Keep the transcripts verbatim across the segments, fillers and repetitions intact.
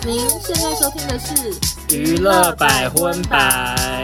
您现在收听的是娱乐百分百。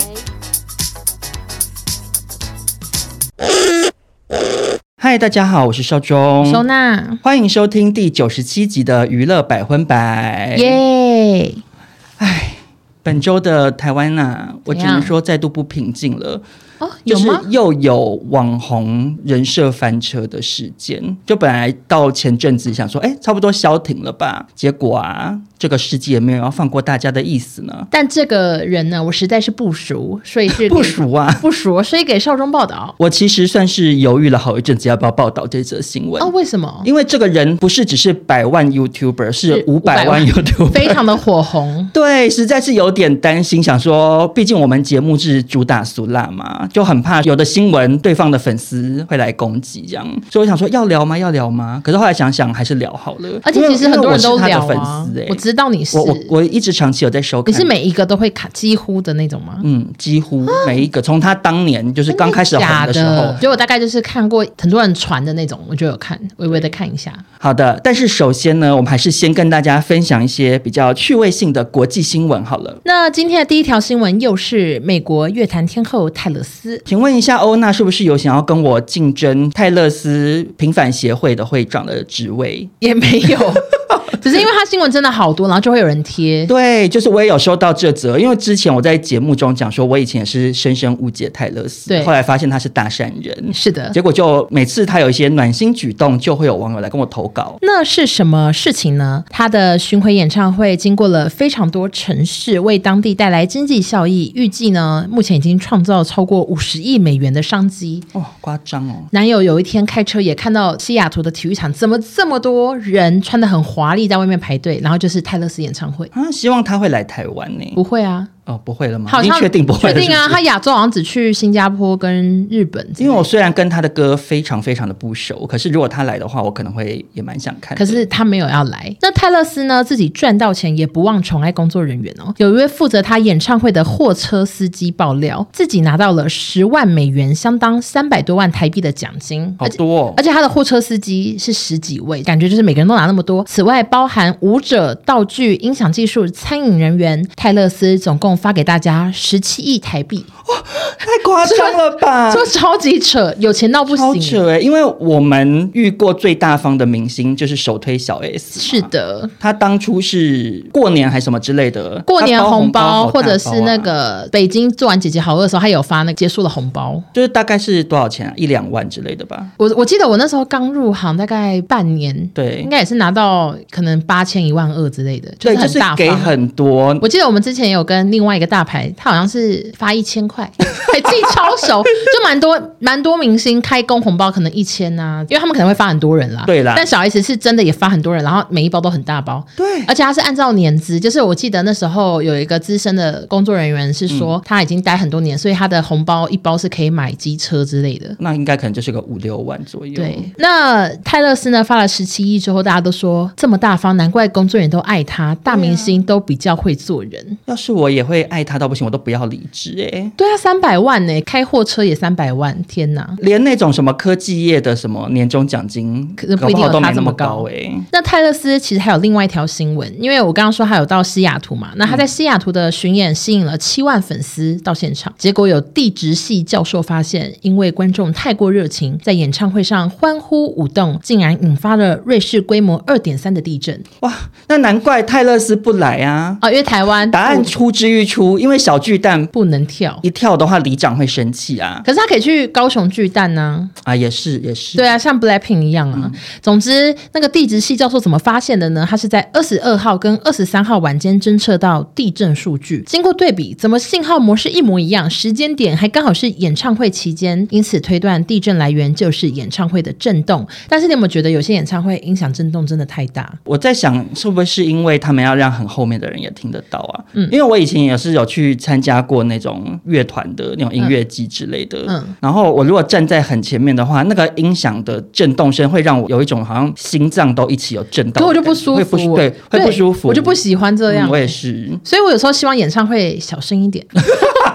嗨，大家好，我是邵忠， 收纳， 欢迎收听第九十七集的娱乐百分百。 耶！ 哎，本周的台湾啊，我只能说再度不平静了。 哦，有吗？ 就是又有网红人设翻车的事件，就本来到前阵子想说，哎，差不多消停了吧，结果啊，这个世界没有要放过大家的意思呢。 但这个人呢，我实在是不熟，所以是不熟啊， 不熟，所以给邵忠报道。 我其实算是犹豫了好一阵子，要不要报道这则新闻。 哦，为什么？ 因为这个人不是只是百万 YouTuber， 是五百万 YouTuber， 非常的火红。 对，实在是有点担心，想说，毕竟我们节目是主打俗辣嘛，就很怕有的新闻对方的粉丝会来攻击这样，所以我想说要聊吗？要聊吗？可是后来想想还是聊好了。 而且其实很多人都聊啊， 粉丝欸、 我知道你是， 我我我一直长期有在收看。 你是每一个都会看几乎的那种吗？ 嗯，几乎每一个，从他当年就是刚开始红的时候， 就我大概就是看过很多人传的那种，我就有看，微微的看一下。 好的，但是首先呢，我们还是先跟大家分享一些比较趣味性的国际新闻好了。 那今天的第一条新闻又是美国乐坛天后泰勒斯， 请问一下欧娜是不是有想要跟我竞争泰勒斯平反协会的会长的职位？ 也没有。只是因为他新闻真的好多，然后就会有人贴。 对，就是我也有收到这则，因为之前我在节目中讲说，我以前也是深深误解泰勒斯， 对， 后来发现他是大善人， 是的。 结果就每次他有一些暖心举动，就会有网友来跟我投稿。 那是什么事情呢？他的巡回演唱会经过了非常多城市，为当地带来经济效益，预计呢，目前已经创造超过五十亿美元的商机。 哦，夸张哦！ 男友有一天开车也看到西雅图的体育场，怎么这么多人穿得很华丽在外面排队，然后就是泰勒斯演唱会啊，希望他会来台湾呢。 不会啊。 哦，不会了吗？ 好像确定不会了是不是？ 确定啊，他亚洲好像只去新加坡跟日本。 因为我虽然跟他的歌非常非常的不熟，可是如果他来的话，我可能会也蛮想看的。 可是他没有要来。那泰勒斯呢，自己赚到钱也不忘宠爱工作人员哦。有一位负责他演唱会的货车司机爆料，自己拿到了十万美元，相当三百多万台币的奖金， 好多哦。 而且他的货车司机是十几位，感觉就是每个人都拿那么多。此外，包含舞者、道具、音响技术、餐饮人员，泰勒斯总共发给大家十七亿台币。 哇，太夸张了吧！ 这超级扯，有钱到不行。 超扯哎、欸！因为我们遇过最大方的明星就是首推小 S， 是的， 他当初是过年还什么之类的， 过年红包、 包或者是那个北京做完姐姐好饿的时候，他有发那个结束的红包， 就是大概是多少钱啊？一两万之类的吧。 我我记得我那时候刚入行，大概半年， 对， 应该也是拿到可能八千一万二之类的，就是很大方， 对，就是给很多。 我记得我们之前也有跟另外一个大牌，他好像是发一千块，还自己超熟，就蛮多蛮多明星开工红包可能一千啊，因为他们可能会发很多人啦， 对啦。 但小 S 是真的也发很多人，然后每一包都很大包， 对， 而且他是按照年资，就是我记得那时候有一个资深的工作人员是说、嗯、他已经待很多年，所以他的红包一包是可以买机车之类的， 那应该可能就是个五六万左右。 对，那泰勒斯呢发了十七亿之后，大家都说这么大方，难怪工作人员都爱他，大明星都比较会做人。啊、 要是我也会爱他到不行，我都不要离职哎、欸。 对啊，三百万呢、欸，开货车也三百万，天哪！ 连那种什么科技业的什么年终奖金， 可是不一定有他这么高哎、欸。 那泰勒斯其实还有另外一条新闻，因为我刚刚说他有到西雅图嘛，那他在西雅图的巡演吸引了七万粉丝到现场，结果有地质系教授发现，因为观众太过热情，在演唱会上欢呼舞动，竟然引发了瑞士规模 二点三 的地震。 哇，那难怪泰勒斯不来啊！ 哦，因为台湾答案呼之欲出，因为小巨蛋不能跳， 一跳的话里长会生气啊。 可是他可以去高雄巨蛋啊。 啊，也是也是。 对啊，像 Blackpink 一样啊、嗯。总之，那个地质系教授怎么发现的呢？他是在二十二号跟二十三号晚间侦测到地震数据，经过对比，怎么信号模式一模一样，时间点还刚好是演唱会期间，因此推断地震来源就是演唱会的震动。但是你有没有觉得有些演唱会音响震动真的太大？ 我在想，是不是因为他们要让很后面的人也听得到啊？嗯，因为我以前也是有去参加过那种乐团的那种音乐季之类的，嗯，嗯然后我如果站在很前面的话，那个音响的震动声会让我有一种好像心脏都一起有震到， 可我就不舒服， 会不对，会不舒服， 我就不喜欢这样、 嗯，我也是， 所以我有时候希望演唱会小声一点。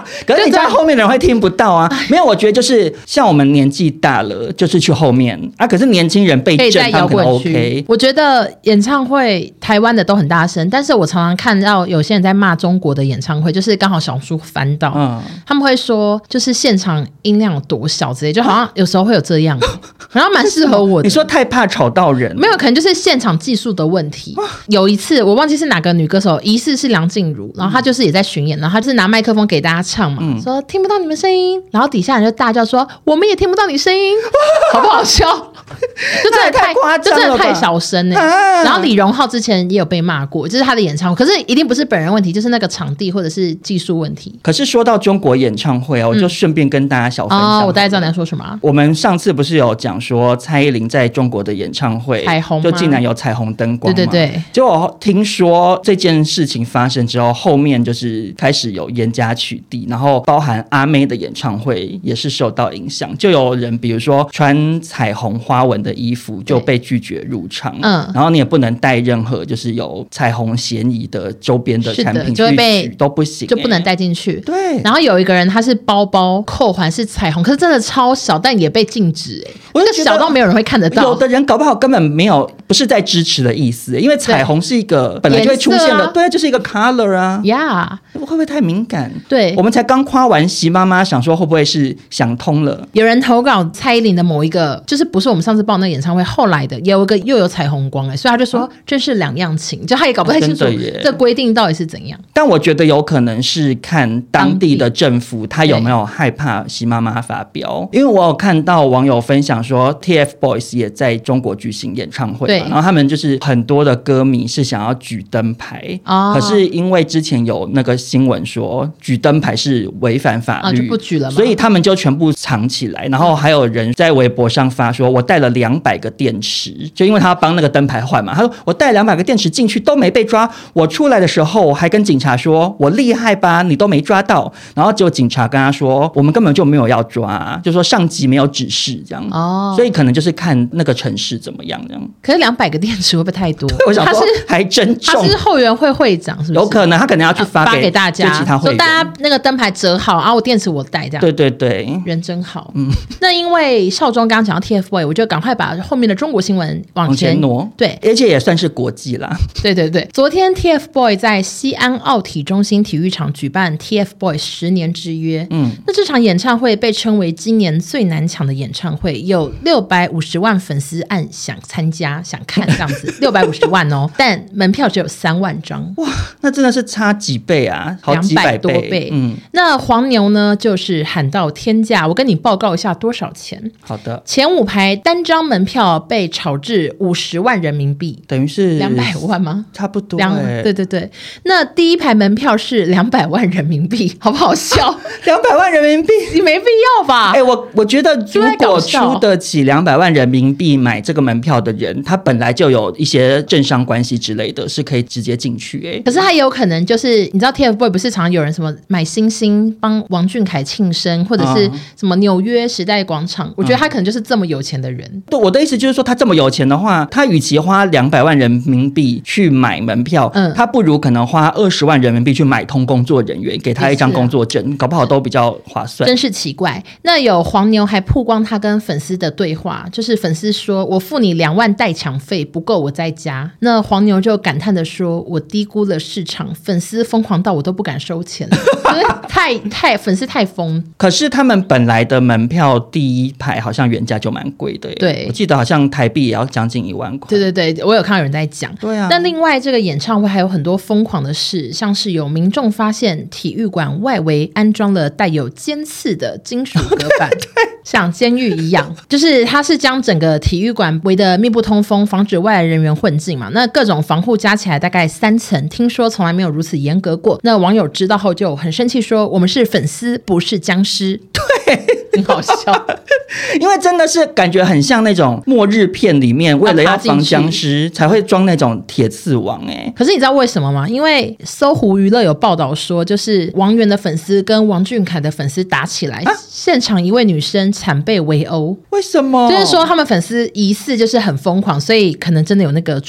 可是你在后面的人会听不到啊。没有，我觉得就是像我们年纪大了，就是去后面啊。可是年轻人被震，他们可能 OK。 我觉得演唱会台湾的都很大声，但是我常常看到有些人在骂中国的演唱会，就是刚好小书翻到，嗯、他们会说就是现场音量有多小之类，就好像有时候会有这样，好像蛮适合我的。 你说太怕吵到人？ 没有，可能就是现场技术的问题。有一次我忘记是哪个女歌手，疑似是梁静茹，然后她就是也在巡演，然后她就是拿麦克风给大家唱嘛，嗯、说听不到你们声音，然后底下人就大叫说我们也听不到你声音，好不好笑？就真的太夸张了，就真的太小声哎、欸。啊、然后李荣浩之前也有被骂过，就是他的演唱会，可是一定不是本人问题，就是那个场地或者是技术问题。 可是说到中国演唱会啊，我就顺便跟大家小分享、嗯哦。我大概知道你要说什么、啊。 我们上次不是有讲说蔡依林在中国的演唱会， 彩虹就竟然有彩虹灯光嘛？ 对对对。 结果听说这件事情发生之后，后面就是开始有严加取缔，然后包含阿妹的演唱会也是受到影响，就有人比如说穿彩虹花纹的衣服就被拒绝入场，嗯，然后你也不能带任何就是有彩虹嫌疑的周边的产品， 就会被都不行、欸， 就不能带进去。 对， 然后有一个人他是包包扣环是彩虹，可是真的超小，但也被禁止、欸，哎，那个小到没有人会看得到。 有的人搞不好根本没有，不是在支持的意思、欸，因为彩虹是一个本来就会出现的，啊、对，就是一个 color 啊， 呀、 yeah ，会不会太敏感？ 对， 我们才刚夸完习妈妈，想说会不会是想通了？ 有人投稿蔡依林的某一个，就是不是我们上次报那个演唱会，后来的也有一个又有彩虹光、欸，所以他就说、啊、这是两样情，就他也搞不太清楚、啊、这规定到底是怎样。 但我觉得有可能是看当地的政府他有没有害怕习妈妈发飙，因为我有看到网友分享说 T F Boys 也在中国举行演唱会嘛，然后他们就是很多的歌迷是想要举灯牌、哦、可是因为之前有那个新闻说举灯牌是违反法律、哦、 就不举了嘛， 所以他们就全部藏起来，然后还有人在微博上发说我带了两百个电池，就因为他要帮那个灯牌换嘛，他说我带两百个电池进去都没被抓，我出来的时候还跟警察说我厉害吧，你都没抓到，然后结果警察跟他说我们根本就没有要抓，就说上级没有指示这样、哦、所以可能就是看那个城市怎么样这样。 可是两百个电池会不会太多？ 我想说还真重， 他是后援会会长是不是？ 有可能他可能要去发 给,、啊、 发给大家， 其他会员， 说大家那个灯牌折好啊，我电池我带这样。 对对对， 人真好。嗯，那因为少中刚刚讲到 T F Boys， 我就赶快把后面的中国新闻往前, 往前挪， 对， 而且也算是国际啦。 对对对，昨天 T F Boys 在西安奥体中心体育场举办 T F Boys 十年之约。嗯，那这场演唱会被称为今年最难抢的演唱会，有六百五十万粉丝按想参加想看这样子，六百五十万哦，但门票只有三万张。 哇，那真的是差几倍啊，好几百倍， 两百多倍。嗯，那黄牛呢，就是喊到天价，我跟你报告一下多少钱。 好的， 前五排单张门票被炒至五十万人民币， 等于是两百万吗？ 差不多、欸。 对对对，那第一排门票是两百万人民币，好不好笑？ 两百万人民币， 你没必要吧？ 哎、欸，我我觉得如果出得起两百万人民币买这个门票的人，他本来就有一些政商关系之类的，是可以直接进去、欸。哎， 可是他也有可能就是你知道 T F Boys 不是常常有人什么买星星帮王俊凯庆生，或者是什么纽约时代广场，嗯、我觉得他可能就是这么有钱的人。 对，我的意思就是说，他这么有钱的话，他与其花两百万人民币去买门票，嗯，他不如可能花二十万人民币去买通工作人员，给他一张工作证，啊、搞不好都比较划算。 真是奇怪。那有黄牛还曝光他跟粉丝的对话，就是粉丝说：“我付你两万代抢费，不够我再加。”那黄牛就感叹的说：“我低估了市场，粉丝疯狂到我都不敢收钱了。”太太粉丝太疯。 可是他们本来的门票第一排好像原价就蛮贵的耶， 对， 我记得好像台币也要将近一万块。 对对对，我有看到有人在讲。 对啊。 但另外这个演唱会还有很多疯狂的事，像是有民众发现体育馆外围安装了带有尖刺的金属隔板，像监狱一样，就是它是将整个体育馆围得密不通风，防止外来人员混进嘛。那各种防护加起来大概三层，听说从来没有如此严格过。那网友知道后就很生气说：“我们是粉丝，不是僵尸。”对。很好笑， 因为真的是感觉很像那种末日片里面为了要防僵尸才会装那种铁刺网哎、欸。 可是你知道为什么吗？因为搜狐娱乐有报道说，就是王源的粉丝跟王俊凯的粉丝打起来，啊、现场一位女生惨被围殴。 为什么？ 就是说他们粉丝疑似就是很疯狂，所以可能真的有那个装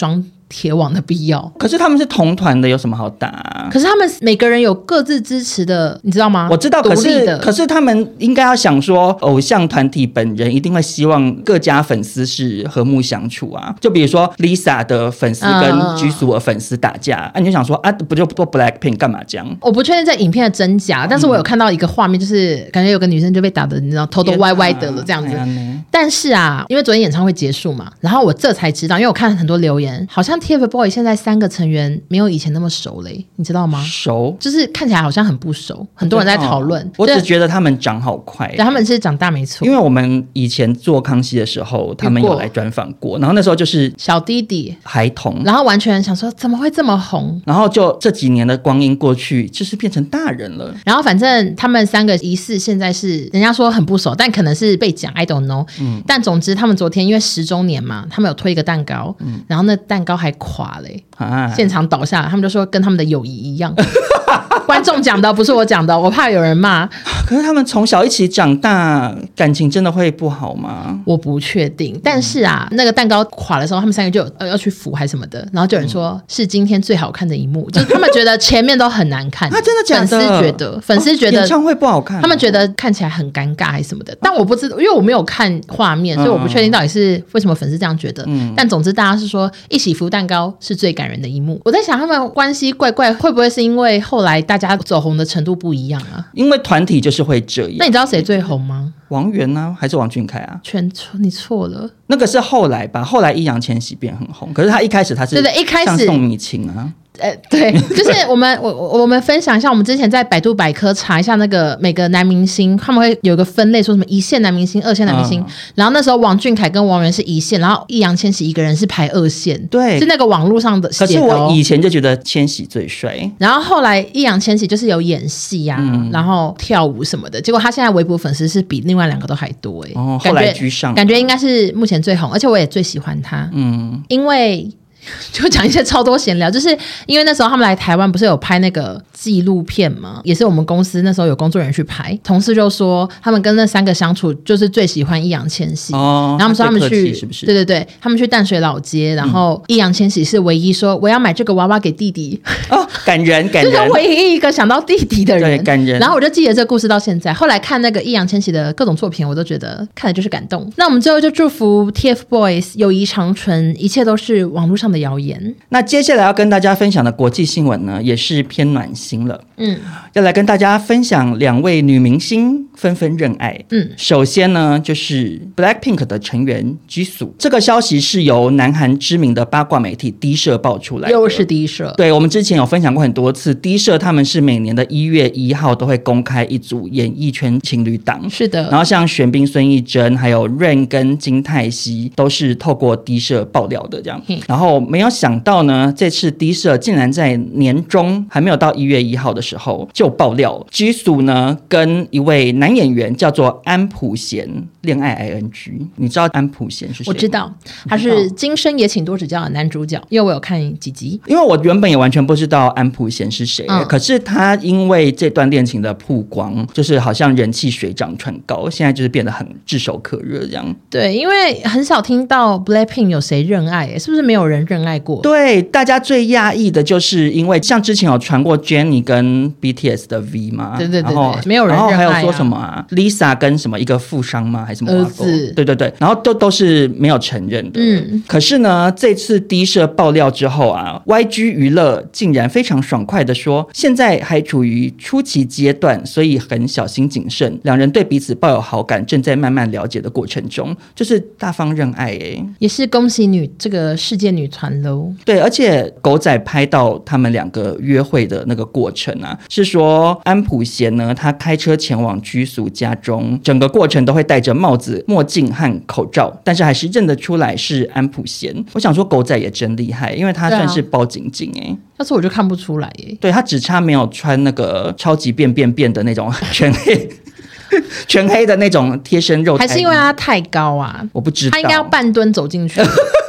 铁网的必要。 可是他们是同团的，有什么好打啊？ 可是他们每个人有各自支持的，你知道吗？ 我知道，可是可是他们应该要想说，偶像团体本人一定会希望各家粉丝是和睦相处啊。就比如说 Lisa 的粉丝跟居属的粉丝打架，嗯、啊，你就想说啊，不就做 Blackpink 干嘛这样？ 我不确定这影片的真假，但是我有看到一个画面，就是感觉有个女生就被打的，你知道，头都歪歪的了这样子。但是啊，因为昨天演唱会结束嘛，然后我这才知道，因为我看了很多留言，好像 TFBOYS 现在三个成员没有以前那么熟嘞，你知道吗？ 熟， 就是看起来好像很不熟，很多人在讨论。 我只觉得他们长好快， 对，他们是长大没错。 因为我们以前做康熙的时候，他们有来专访过，然后那时候就是小弟弟、 孩童， 然后完全想说怎么会这么红， 然后就这几年的光阴过去，就是变成大人了。 然后反正他们三个疑似现在是人家说很不熟，但可能是被讲 I don't know、嗯。但总之他们昨天因为十周年嘛，他们有推一个蛋糕，嗯、然后那蛋糕还垮嘞、欸啊，现场倒下来，他们就说跟他们的友谊一样。观众讲的不是我讲的，我怕有人骂。 可是他们从小一起长大，感情真的会不好吗？ 我不确定，但是啊，那个蛋糕垮的时候，他们三个就有、呃、要去扶还是什么的，然后就有人说、嗯、是今天最好看的一幕，就是他们觉得前面都很难看。 他真的假的？ 粉丝觉得，粉丝觉得、 哦、演唱会不好看、哦， 他们觉得看起来很尴尬还是什么的。但我不知道，因为我没有看画面，所以我不确定到底是为什么粉丝这样觉得。嗯、但总之大家是说一起扶蛋糕是最感人的一幕。我在想他们关系怪怪，会不会是因为后来大家走红的程度不一样啊？ 因为团体就是会这样。 那你知道谁最红吗？ 王源啊，还是王俊凯啊？ 全错，你错了。 那个是后来吧，后来易烊千玺变很红，可是他一开始他是对对，一开始像宋美龄啊。 呃，对，就是我们我我们分享一下，我们之前在百度百科查一下那个每个男明星，他们会有一个分类，说什么一线男明星、二线男明星。嗯、然后那时候王俊凯跟王源是一线，然后易烊千玺一个人是排二线， 对， 是那个网络上的写的、哦。 可是我以前就觉得千玺最帅， 然后后来易烊千玺就是有演戏啊、嗯，然后跳舞什么的，结果他现在微博粉丝是比另外两个都还多哎、欸， 哦，后来居上， 感觉应该是目前最红，而且我也最喜欢他，嗯，因为。就讲一些超多闲聊，就是因为那时候他们来台湾不是有拍那个纪录片吗？也是我们公司那时候有工作人员去拍，同事就说他们跟那三个相处就是最喜欢易烊千玺，哦，然后他们说他们去是不是？ 对对对，他们去淡水老街，然后易烊千玺是唯一说我要买这个娃娃给弟弟， 哦，感人感人， 就是唯一一个想到弟弟的人， 对，感人。 然后我就记得这个故事到现在，后来看那个易烊千玺的各种作品，我都觉得看的就是感动。那我们最后就祝福 TFBOYS 友谊长存，一切都是网络上的谣言。 那接下来要跟大家分享的国际新闻呢，也是偏暖心了。嗯，要来跟大家分享两位女明星纷纷认爱。嗯，首先呢，就是 Blackpink 的成员 Jisoo。这个消息是由南韩知名的八卦媒体 D 社爆出来的。 又是 D 社。 对，我们之前有分享过很多次 ，D 社他们是每年的一月一号都会公开一组演艺圈情侣档。 是的。 然后像玄彬、孙艺珍，还有 Rain 跟金泰熙，都是透过 D 社爆料的这样。然后没有想到呢，这次 D 社竟然在年中还没有到一月一号的时候就爆料 Jisoo 呢跟一位男演员叫做安普贤恋爱 I N G。 你知道安普贤是谁？ 我知道，他是今生也请多指教的男主角，因为我有看几集。 因为我原本也完全不知道安普贤是谁、嗯、可是他因为这段恋情的曝光，就是好像人气水涨船高，现在就是变得很炙手可热这样。 对，因为很少听到 Blackpink 有谁认爱，是不是没有人认爱过？ 对，大家最讶异的就是因为像之前有传过 Jennie 跟 B T S 的 V 嘛， 对对对对，没有人认爱、啊、 然后还有说什么啊 Lisa 跟什么一个富商吗还是什么儿子， 对对对，然后都都是没有承认的。嗯，可是呢这次 D 社爆料之后啊， Y G 娱乐竟然非常爽快的说现在还处于初期阶段，所以很小心谨慎，两人对彼此抱有好感，正在慢慢了解的过程中，就是大方认爱耶、欸、 也是恭喜女这个世界女团喽。 对，而且狗仔拍到他们两个约会的那个过程啊，是说安普贤呢他开车前往Jisoo家中，整个过程都会戴着帽子、墨镜和口罩，但是还是认得出来是安普贤。我想说狗仔也真厉害，因为他算是包紧紧哎、欸， 但是我就看不出来耶、欸。 对，他只差没有穿那个超级变变变的那种全黑全黑的那种贴身肉， 还是因为他太高啊？ 我不知道， 他应该要半蹲走进去。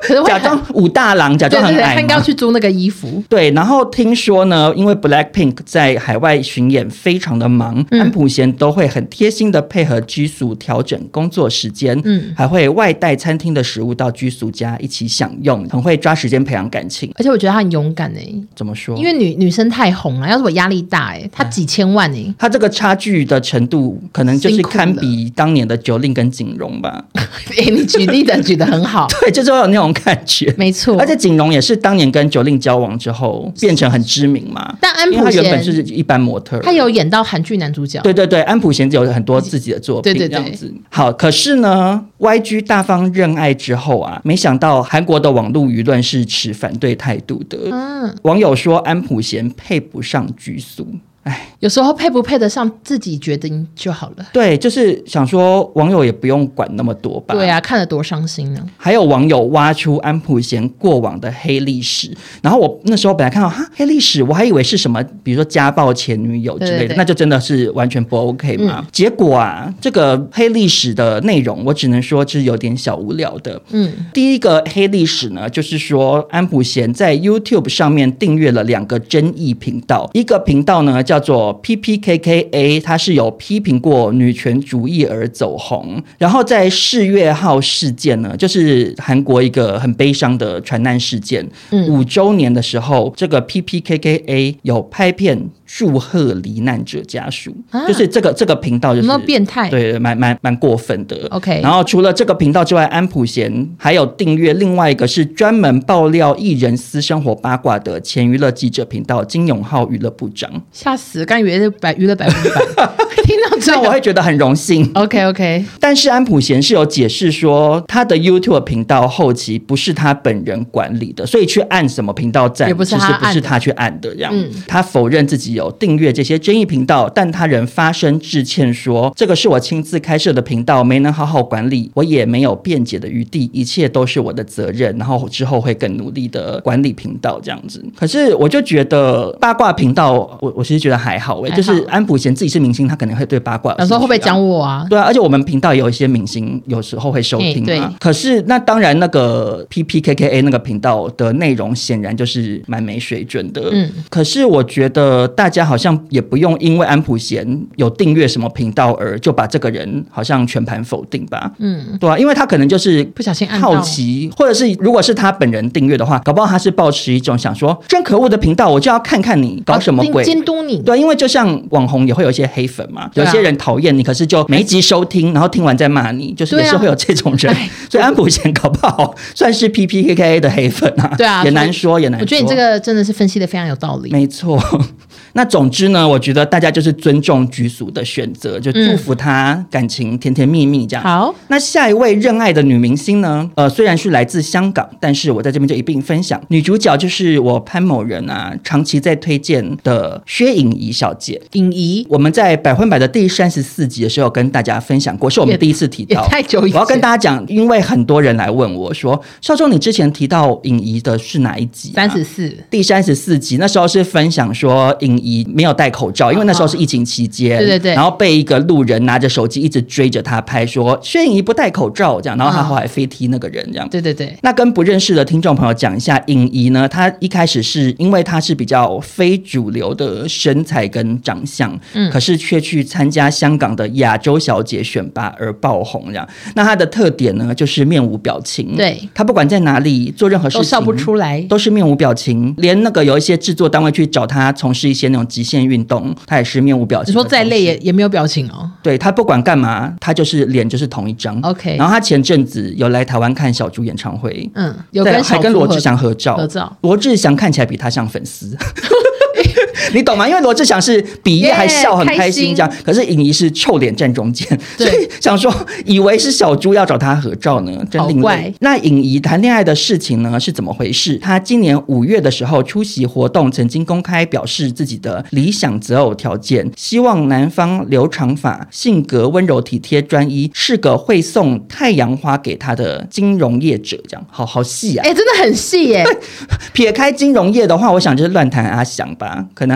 假装武大郎，假装很矮，对对对， 他应该要去租那个衣服。 对，然后听说呢，因为 Blackpink 在海外巡演非常的忙，嗯、安普贤都会很贴心的配合居宿调整工作时间，嗯，还会外带餐厅的食物到居宿家一起享用，很会抓时间培养感情。 而且我觉得他很勇敢哎、欸， 怎么说？ 因为女女生太红了，要是我压力大哎、欸，他几千万哎、欸， 他这个差距的程度可能就是堪比当年的九令跟锦荣吧。 哎、欸，你举例的举得很好， 对，就是会有那种感觉， 没错。 而且锦荣也是当年跟九令交往之后变成很知名嘛。 但安普贤他原本是一般模特， 他有演到韩剧男主角。 对对对，安普贤有很多自己的作品，对对对，这样子。好，可是呢 ，Y G 大方认爱之后啊，没想到韩国的网络舆论是持反对态度的。嗯，网友说安普贤配不上居宿。 有时候配不配得上自己决定就好了。 对，就是想说网友也不用管那么多吧。 对啊，看得多伤心呢。 还有网友挖出安普贤过往的黑历史，然后我那时候本来看到哈黑历史，我还以为是什么，比如说家暴前女友之类的，对对对，那就真的是完全不 OK 嘛。嗯、结果啊，这个黑历史的内容，我只能说是有点小无聊的。嗯，第一个黑历史呢，就是说安普贤在 YouTube 上面订阅了两个争议频道，一个频道呢叫做 P P K K A， 他是有批评过女权主义而走红。然后在世越号事件呢，就是韩国一个很悲伤的船难事件，嗯、五周年的时候，这个 P P K K A 有拍片祝贺罹难者家属，啊、就是这个这个频道就是变态， 对，蛮蛮蛮过分的。 OK， 然后除了这个频道之外，安普贤还有订阅另外一个是专门爆料艺人私生活八卦的前娱乐记者频道金永浩娱乐部长。 吓死，刚以为是百娱乐百分之百，听到这样我会觉得很荣幸。 OK OK， 但是安普贤是有解释说，他的 YouTube 频道后期不是他本人管理的，所以去按什么频道赞， 也不是他其实不是他去按的。这样， 嗯、 他否认自己有订阅这些争议频道，但他仍发声致歉说，这个是我亲自开设的频道，没能好好管理，我也没有辩解的余地，一切都是我的责任，然后之后会更努力的管理频道这样子。可是我就觉得八卦频道，我我其实觉得还好哎、欸，就是安普贤自己是明星，他可能会对八卦有兴趣、啊， 有时候会不会讲我啊？ 对啊，而且我们频道也有一些明星有时候会收听嘛。欸、可是那当然，那个 P P K K A 那个频道的内容显然就是蛮没水准的。嗯，可是我觉得大家好像也不用因为安普贤有订阅什么频道而就把这个人好像全盘否定吧。嗯，对啊，因为他可能就是不小心按好奇，或者是如果是他本人订阅的话，搞不好他是抱持一种想说真可恶的频道，我就要看看你搞什么鬼， 监督你。 对，因为就像网红也会有一些黑粉嘛，有些人讨厌你，可是就每一集收听，然后听完再骂你，就是也是会有这种人。啊、所以安普贤搞不好算是 P P K K A 的黑粉啊。 对啊， 也难说，也难说。 我觉得你这个真的是分析的非常有道理。 没错。那总之呢，我觉得大家就是尊重居宿的选择，就祝福他感情甜甜蜜蜜这样。 好， 那下一位认爱的女明星呢？呃，虽然是来自香港，但是我在这边就一并分享。女主角就是我潘某人啊，长期在推荐的薛颖仪小姐。 颖仪， 我们在百分百的第三十四集的时候跟大家分享过，是我们第一次提到。 也太久以前。 我要跟大家讲，因为很多人来问我说，少中你之前提到颖仪的是哪一集、啊？ 三十四， 第三十四集。那时候是分享说颖仪没有戴口罩，因为那时候是疫情期间， 对对对， 然后被一个路人拿着手机一直追着他拍，说薛颖仪不戴口罩这样，然后他后来飞踢那个人这样。 对对对。 那跟不认识的听众朋友讲一下，颖仪呢，她一开始是因为她是比较非主流的身材跟长相，嗯，可是却去参加香港的亚洲小姐选拔而爆红这样。那她的特点呢，就是面无表情， 对， 她不管在哪里做任何事情都笑不出来， 都是面无表情，连那个有一些制作单位去找她从事一些那种极限运动，她也是面无表情。 你说再累也也没有表情哦？ 对，她不管干嘛，她就是脸就是同一张。 OK， 然后她前阵子有来台湾看小猪演唱会， 嗯，有跟还跟罗志祥合照， 合照。 罗志祥看起来比她像粉丝。你懂吗？因为罗志祥是比耶还笑很开心这样， yeah, 可是颖仪是臭脸站中间，所以想说以为是小猪要找他合照呢，真另类。那颖仪谈恋爱的事情呢是怎么回事？她今年五月的时候出席活动，曾经公开表示自己的理想择偶条件，希望男方留长发，性格温柔体贴专一，是个会送太阳花给他的金融业者，这样好好细啊！ 哎、欸，真的很细耶。 撇开金融业的话，我想就是乱谈阿翔吧，可能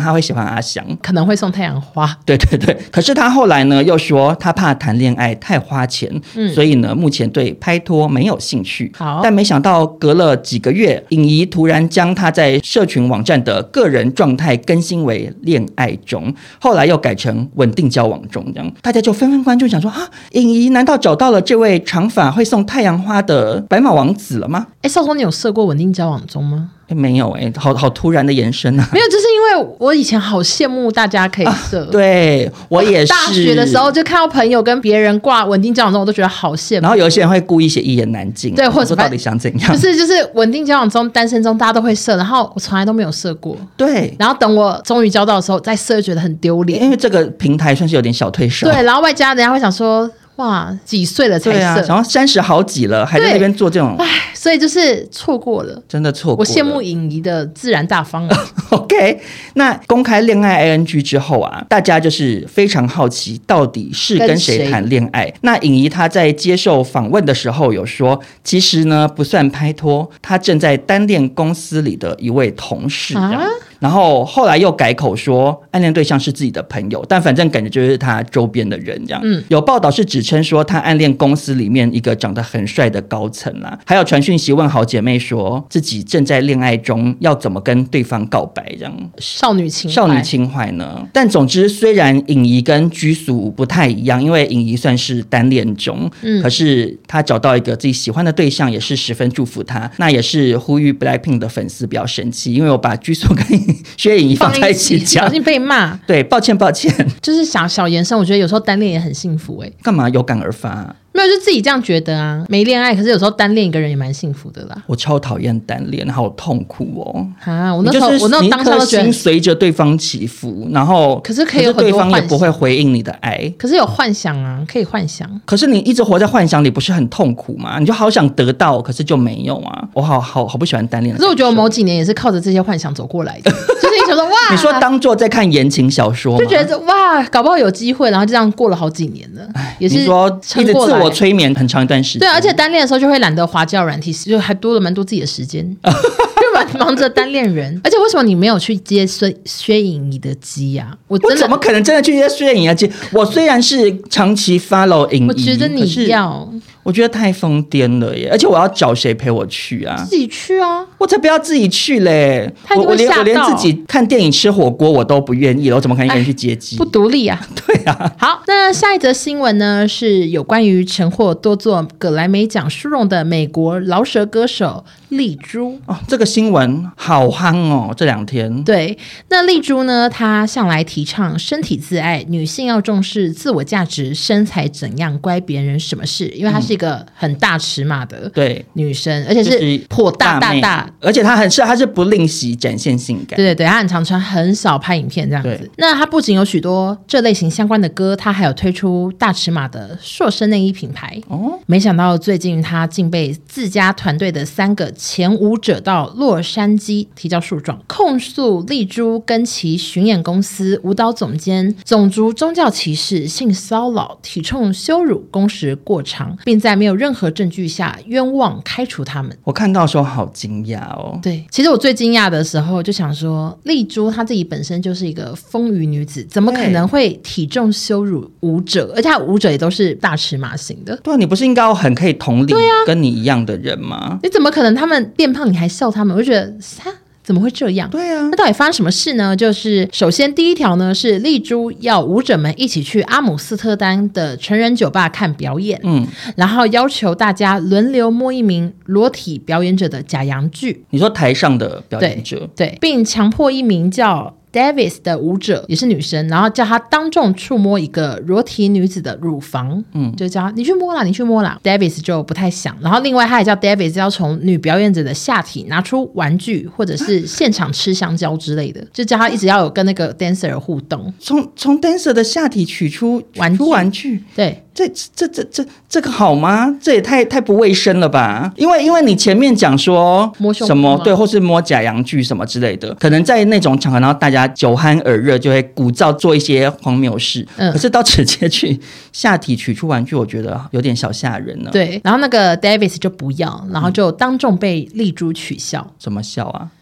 他会喜欢阿翔， 可能会送太阳花。 对对对，可是他后来呢又说他怕谈恋爱太花钱，嗯，所以呢目前对拍拖没有兴趣。 好， 但没想到隔了几个月，颖怡突然将他在社群网站的个人状态更新为恋爱中，后来又改成稳定交往中，这样大家就纷纷关注，想说啊，颖怡难道找到了这位长发会送太阳花的白马王子了吗？ 哎，少宗，你有设过稳定交往中吗？ 没有哎、欸，好好突然的延伸啊！ 没有，就是因为我以前好羡慕大家可以设、啊， 对我也是。 大学的时候就看到朋友跟别人挂稳定交往中，我都觉得好羡慕。 然后有一些人会故意写一言难尽， 对，或者到底想怎样？ 不是，就是稳定交往中、单身中，大家都会设，然后我从来都没有设过。 对， 然后等我终于交到的时候再设，觉得很丢脸， 因为这个平台算是有点小退烧。 对，然后外加人家会想说。哇，几岁了才设？ 对啊，然后三十好几了，还在那边做这种， 哎，所以就是错过了， 真的错过了。 我羡慕颖怡的自然大方啊。 OK， 那公开恋爱 I N G 之后啊，大家就是非常好奇，到底是跟谁谈恋爱？那颖怡她在接受访问的时候有说，其实呢不算拍拖，她正在单恋公司里的一位同事。啊，然后后来又改口说暗恋对象是自己的朋友，但反正感觉就是他周边的人这样。嗯，有报道是指称说他暗恋公司里面一个长得很帅的高层啦，还有传讯息问好姐妹说自己正在恋爱中，要怎么跟对方告白这样。 少女情怀， 少女情怀呢？但总之，虽然颖怡跟居俗不太一样，因为颖怡算是单恋中，嗯，可是她找到一个自己喜欢的对象，也是十分祝福她。那也是呼吁 BLACKPINK 的粉丝不要生气，因为我把居俗跟薛颖怡放在一起讲， 小心被骂。 对，抱歉抱歉。 就是小小延伸，我觉得有时候单恋也很幸福哎、欸。 干嘛有感而发、啊？ 没有，就自己这样觉得啊。没恋爱，可是有时候单恋一个人也蛮幸福的啦。 我超讨厌单恋，好痛苦哦。 啊，我那时候、就是、我那当下都觉得心随着对方起伏，然后可是可以有很多对方也不会回应你的爱。 可是有幻想啊，可以幻想。 可是你一直活在幻想里，不是很痛苦吗？你就好想得到，可是就没有啊。我好好好不喜欢单恋。 可是我觉得我某几年也是靠着这些幻想走过来的，就是你想说哇， 你说当作在看言情小说吗？ 就觉得哇，搞不好有机会，然后就这样过了好几年了。也是你说一直自我催眠很长一段时间。 对，而且单恋的时候就会懒得滑交友软体，就还多了蛮多自己的时间，就蛮忙着单恋人。而且为什么你没有去接薛薛颖怡的机啊？我真的我怎么可能真的去接薛颖怡的机？我虽然是长期 follow 颖怡， 我觉得你要。 我觉得太疯癫了耶！而且我要找谁陪我去啊？ 自己去啊！ 我才不要自己去嘞！ 我我连我连自己看电影吃火锅我都不愿意了，我怎么可能一个人去接机？ 不独立啊！ 对啊。 好，那下一则新闻呢，是有关于曾获多座葛莱美奖殊荣的美国饶舌歌手丽珠。 哦，这个新闻好夯哦！这两天。 对，那丽珠呢，她向来提倡身体自爱，女性要重视自我价值，身材怎样关别人什么事？因为她是一个很大尺码的对女生，而且是颇大大大， 而且她很是她是不吝惜展现性感。 对对对，她很常穿，很少拍影片这样子。那她不仅有许多这类型相关的歌，她还有推出大尺码的塑身内衣品牌。哦，没想到最近她竟被自家团队的三个前舞者到洛杉矶提交诉状，控诉丽珠跟其巡演公司舞蹈总监种族宗教歧视、性骚扰、体重羞辱、工时过长，并在没有任何证据下冤枉开除他们。 我看到的时候好惊讶哦。 对，其实我最惊讶的时候就想说，丽珠她自己本身就是一个丰腴女子，怎么可能会体重羞辱舞者？而且她舞者也都是大尺码型的。 对啊，你不是应该很可以同理跟你一样的人吗？ 你怎么可能他们变胖你还笑他们？我就觉得哈怎么会这样？ 对啊， 那到底发生什么事呢？就是首先第一条呢是丽珠要舞者们一起去阿姆斯特丹的成人酒吧看表演，嗯，然后要求大家轮流摸一名裸体表演者的假阳具。 你说台上的表演者？ 对，对，并强迫一名叫Davis 的舞者也是女生，然后叫她当众触摸一个裸体女子的乳房，嗯，就叫她你去摸啦，你去摸啦。Davis 就不太想，然后另外他也叫 Davis 要从女表演者的下体拿出玩具，或者是现场吃香蕉之类的，就叫她一直要有跟那个 dancer 互动。 从从 dancer 的下体取出玩具，玩具， 对。 这这这这这个好吗？这也太太不卫生了吧！因为因为你前面讲说摸胸什么对，或是摸假阳具什么之类的，可能在那种场合，然后大家酒酣耳热，就会鼓噪做一些荒谬事。嗯，可是到直接去下体取出玩具，我觉得有点小吓人了。 对，然后那个 Davis 就不要，然后就当众被丽珠取笑。 怎么笑啊？ 哎呦，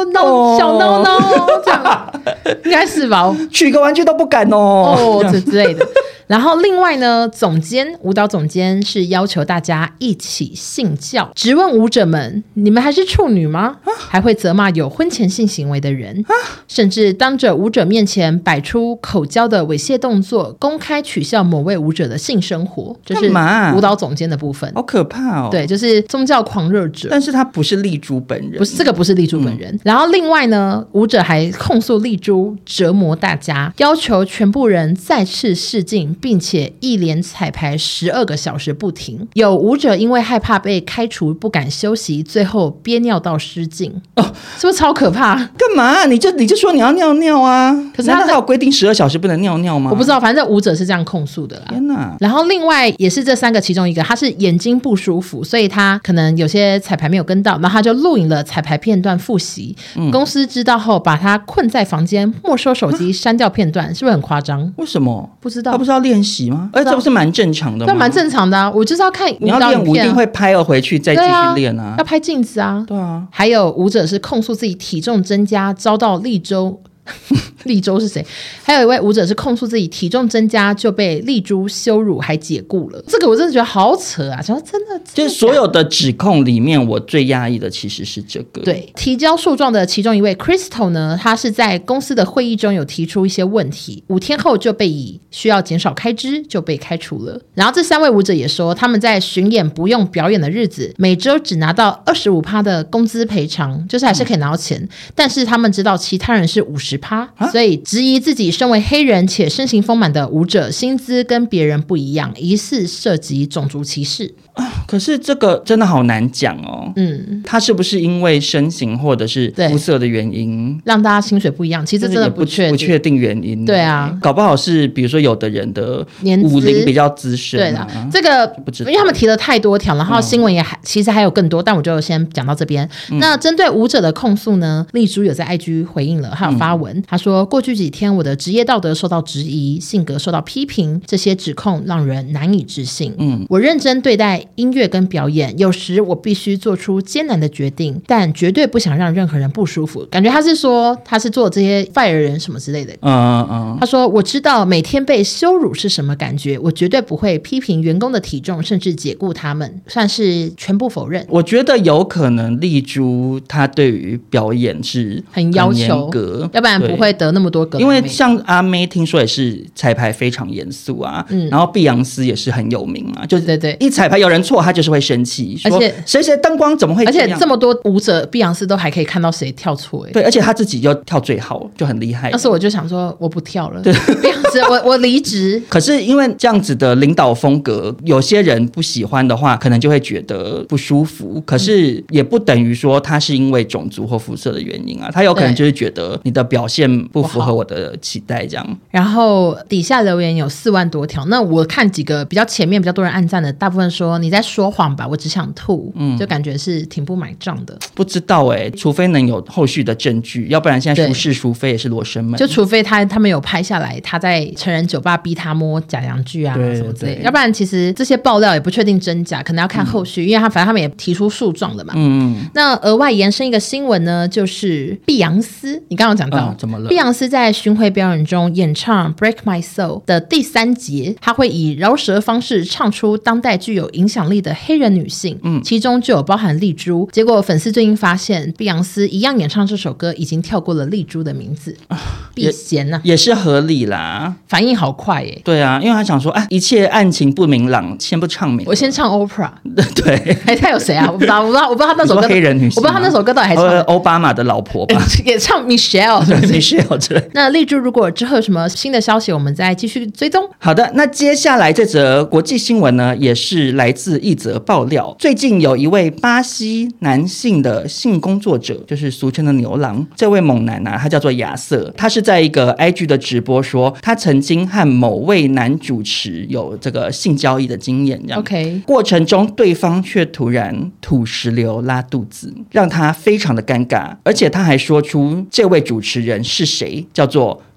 闹小闹闹这样，应该是吧？ 取个玩具都不敢哦， 哦，这之类的。然后另外呢，总监舞蹈总监是要求大家一起信教，质问舞者们：你们还是处女吗？还会责骂有婚前性行为的人，甚至当着舞者面前摆出口交的猥亵动作，公开取笑某位舞者的性生活，就是舞蹈总监的部分。 好可怕哦！ 对，就是宗教狂热者。 但是他不是丽珠本人， 不是这个不是丽珠本人。嗯、然后另外呢，舞者还控诉丽珠折磨大家，要求全部人再次试镜。并且一连彩排十二个小时不停，有舞者因为害怕被开除不敢休息，最后憋尿到失禁。哦，是不是超可怕？ 干嘛？你就你就说你要尿尿啊？可是他还有规定十二小时不能尿尿吗？ 我不知道，反正舞者是这样控诉的啦。 天哪！ 然后另外也是这三个其中一个，他是眼睛不舒服，所以他可能有些彩排没有跟到，然后他就录影了彩排片段复习。嗯、公司知道后把他困在房间，没收手机，删掉片段，是不是很夸张？ 为什么？ 不知道， 他不是要练习吗？哎，这不是蛮正常的吗？ 这蛮正常的啊！我就是要看舞蹈影片、啊、 你要练舞一定会拍了回去再继续练啊， 啊要拍镜子啊。 对啊， 还有舞者是控诉自己体重增加，遭到丽州。丽州是谁？还有一位舞者是控诉自己体重增加就被丽珠羞辱还解雇了。这个我真的觉得好扯啊！想说真的，真的就是所有的指控里面，我最压抑的其实是这个。 对，提交诉状的其中一位 Crystal 呢，他是在公司的会议中有提出一些问题，五天后就被以需要减少开支就被开除了。然后这三位舞者也说，他们在巡演不用表演的日子，每周只拿到 百分之二十五 的工资赔偿，就是还是可以拿到钱，嗯、但是他们知道其他人是 百分之五十，所以质疑自己身为黑人且身形丰满的舞者薪资跟别人不一样，疑似涉及种族歧视。 啊、可是这个真的好难讲哦。嗯，他是不是因为身形或者是肤色的原因让大家薪水不一样？其实真的不确定， 不确定原因。 对啊， 搞不好是比如说有的人的舞龄比较资深、啊。对的， 这个不知道，因为他们提了太多条，然后新闻也还、嗯、其实还有更多，但我就先讲到这边。嗯、那针对舞者的控诉呢，丽珠有在 I G 回应了，还有发文，他、嗯、说过去几天我的职业道德受到质疑，性格受到批评，这些指控让人难以置信。嗯，我认真对待音乐跟表演，有时我必须做出艰难的决定，但绝对不想让任何人不舒服。感觉他是说他是做这些 fire 人什么之类的。嗯嗯，他说我知道每天被羞辱是什么感觉，我绝对不会批评员工的体重，甚至解雇他们，算是全部否认。 我觉得有可能丽珠她对于表演是很要求，要不然不会得那么多格莱美。 因为像阿妹听说也是彩排非常严肃啊，嗯，然后碧昂斯也是很有名嘛，就对对， 一彩排有人错，他就是会生气， 而且谁谁灯光怎么会这样？ 而且这么多舞者，碧昂斯都还可以看到谁跳错，哎， 对，而且他自己又跳最好，就很厉害。 但是我就想说，我不跳了，对，碧昂斯，我我离职。 可是因为这样子的领导风格，有些人不喜欢的话，可能就会觉得不舒服。可是也不等于说他是因为种族或肤色的原因啊，他有可能就是觉得你的表现不符合我的期待这样。 然后底下留言有四万多条，那我看几个比较前面比较多人按赞的，大部分说你在说谎吧，我只想吐，嗯，就感觉是挺不买账的。 不知道哎、欸，除非能有后续的证据，要不然现在孰是孰非也是罗生门。 就除非他他们有拍下来，他在成人酒吧逼他摸假洋具啊什么之类的，要不然其实这些爆料也不确定真假，可能要看后续，嗯、因为他反正他们也提出诉状了嘛。嗯嗯。那额外延伸一个新闻呢，就是碧昂斯，你刚刚讲到、 嗯、怎么了？ 碧昂斯在巡回表演中演唱《Break My Soul》的第三节，他会以饶舌方式唱出当代具有影响力的黑人女性，嗯，其中就有包含丽珠。结果粉丝最近发现，碧昂斯一样演唱这首歌，已经跳过了丽珠的名字，避嫌呐、啊， 也是合理啦。 反应好快耶！ 对啊，因为他想说，啊，一切案情不明朗，先不唱名， 我先唱 Oprah。 对， 还他有谁啊？我不知道，我不知道，我不知道他那首歌。 黑人女性， 我不知道他那首歌到底还唱奥巴马的老婆吧？ 也唱 Michelle， 对 Michelle 之类。 那丽珠如果之后有什么新的消息，我们再继续追踪。 好的，那接下来这则国际新闻呢，也是来自一则爆料。最近有一位巴西男性的性工作者，就是俗称的牛郎，这位猛男啊，他叫做亚瑟，他是在一个 I G 的直播说，他曾经和某位男主持有这个性交易的经验，这样 OK， 过程中对方却突然吐石榴拉肚子，让他非常的尴尬，而且他还说出这位主持人是谁，叫做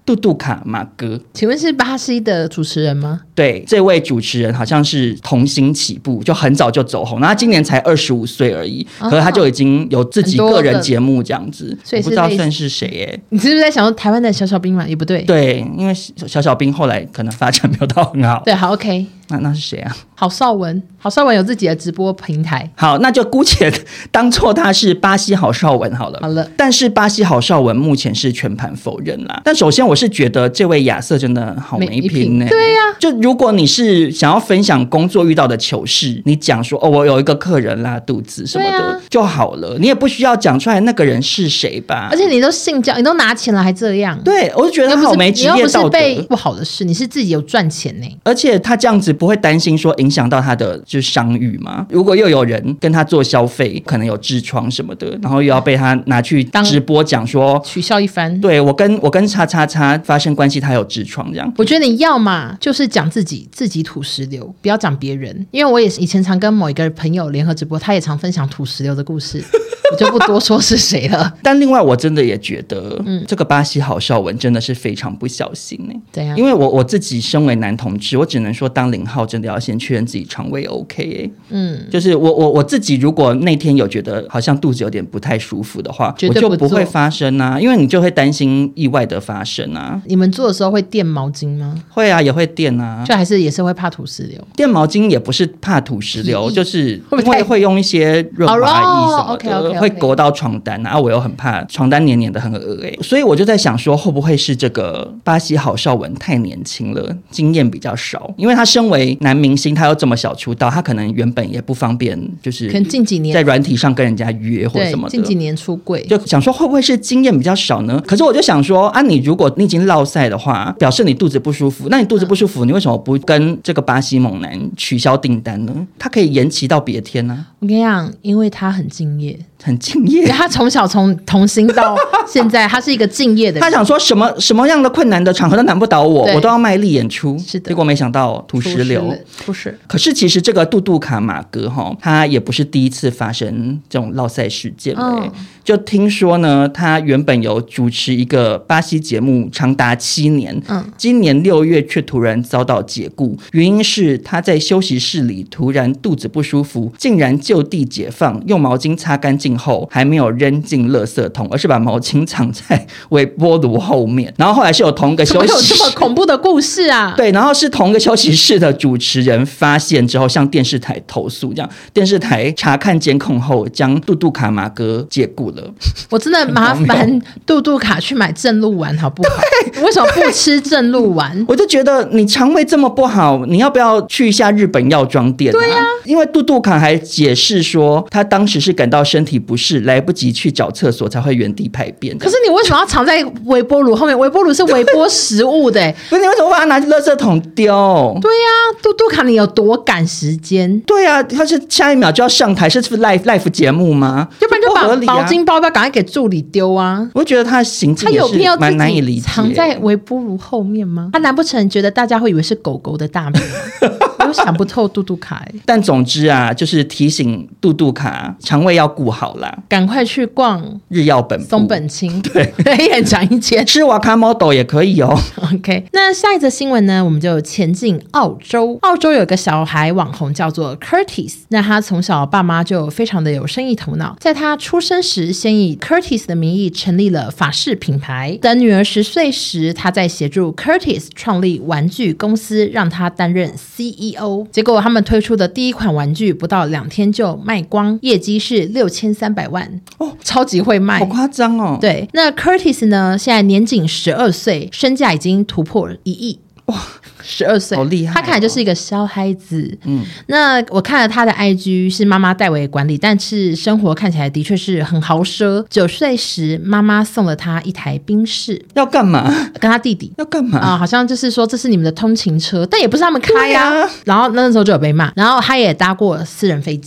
杜杜卡马哥。 请问是巴西的主持人吗？ 对，这位主持人好像是童星起步，就很早就走红，那他今年才二十五岁而已、哦、可是他就已经有自己个人节目这样子， 所以我不知道算是谁耶。 你是不是在想说台湾的小小兵嘛？也不对， 对，因为小小兵后来可能发展没有到很好。 对，好 OK。 那那是谁啊？ 郝邵文，郝邵文有自己的直播平台。 好，那就姑且当作他是巴西郝邵文好了。 好了， 但是巴西郝邵文目前是全盘否认啦。但首先我是觉得这位亚瑟真的好没品呢、欸。 对呀、啊， 就如果你是想要分享工作遇到的糗事，你讲说哦，我有一个客人拉肚子什么的、啊、就好了，你也不需要讲出来那个人是谁吧。 而且你都性交，你都拿钱了还这样。 对，我就觉得他好没职业道德。 你又不是被不好的事，你是自己有赚钱呢、欸。 而且他这样子不会担心说影响到他的就是商誉吗？如果又有人跟他做消费，可能有痔疮什么的，然后又要被他拿去直播讲说取笑一番。 对，我跟我跟叉叉叉发生关系，他有痔疮这样。 我觉得你要嘛就是讲自己，自己土石流，不要讲别人。因为我也以前常跟某一个朋友联合直播，他也常分享土石流的故事。我就不多说是谁了。 但另外我真的也觉得、嗯、这个巴西郝邵文真的是非常不小心、欸、 对啊， 因为我我自己身为男同志，我只能说当零号真的要先确认自己肠胃 OK、欸、嗯，就是我我我自己如果那天有觉得好像肚子有点不太舒服的话， 绝对不我就不会发生啊，因为你就会担心意外的发生啊。 你们做的时候会垫毛巾吗？ 会啊，也会垫啊， 就还是也是会怕土石流。 垫毛巾也不是怕土石流，就是因为会用一些润滑液什么的、oh, okay, okay, okay. 会勾到床单啊，我又很怕床单黏黏的很恶欸，所以我就在想说会不会是这个巴西郝邵文太年轻了，经验比较少，因为他身为男明星，他又这么小出道，他可能原本也不方便，就是可能近几年在软体上跟人家约或什么的， 近几年出柜， 就想说会不会是经验比较少呢？可是我就想说啊，你如果你已经落赛的话，表示你肚子不舒服，那你肚子不舒服、嗯、你为什么不跟这个巴西猛男取消订单呢？他可以延期到别天啊。 我跟你讲，因为他很敬业， 很敬业， 他从小从童星到现在，他是一个敬业的人。 他想说什么什么样的困难的场合都难不倒我，我都要卖力演出。 是的， 结果没想到土石流， 不是。 可是其实这个杜杜卡马哥哈，他也不是第一次发生这种落赛事件了、欸哦。就听说呢，他原本有主持一个巴西节目长达七年，嗯，今年六月却突然遭到解雇，原因是他在休息室里突然肚子不舒服，竟然就地解放，用毛巾擦干净后还没有扔进垃圾桶，而是把毛巾藏在微波炉后面。然后后来是有同一个休息室， 怎么有这么恐怖的故事啊？ 对，然后是同一个休息室的主持人发现之后向电视台投诉，这样电视台查看监控后将杜杜卡马哥解雇了。 我真的麻烦杜杜卡去买正露丸好不好？为什么不吃正露丸？ 我就觉得你肠胃这么不好，你要不要去一下日本药妆店、啊？对啊，因为杜杜卡还解释说他当时是感到身体不适，来不及去找厕所才会原地排便。 可是你为什么要藏在微波炉后面？微波炉是微波食物的、欸， 不是你为什么把它拿去垃圾桶丢？ 对呀、啊，杜杜卡你有多赶时间？ 对啊，他是下一秒就要上台，是 live live 节目吗？ 要不然就把毛巾包要赶快给助理丢啊！ 我觉得他的行径也是蛮难以理解。 藏在微波炉后面吗？他难不成觉得大家会以为是狗狗的大便吗？我想不透杜杜卡、欸。但总之啊，就是提醒杜杜卡肠胃要顾好啦， 赶快去逛日药本部松本清， 对， 一人讲一间， 吃瓦卡莫豆也可以哦。 OK， 那下一则新闻呢，我们就前进澳洲。澳洲有一个小孩网红叫做 Curtis， 那他从小爸妈就非常的有生意头脑，在他出生时先以 Curtis 的名义成立了法式品牌。等女儿十岁时，他在协助 Curtis 创立玩具公司，让他担任 C E O。结果他们推出的第一款玩具不到两天就卖光，业绩是六千三百万哦，超级会卖， 好夸张哦。 对，那 Curtis 呢，现在年仅十二岁，身价已经突破一亿。哇，十二岁， 好厉害、哦！ 他看起来就是一个小孩子。嗯，那我看了他的 I G 是妈妈代为管理，但是生活看起来的确是很豪奢。九岁时，妈妈送了他一台宾士， 要干嘛？ 跟他弟弟要干嘛啊、呃？好像就是说这是你们的通勤车，但也不是他们开呀、啊。然后那时候就有被骂，然后他也搭过私人飞机。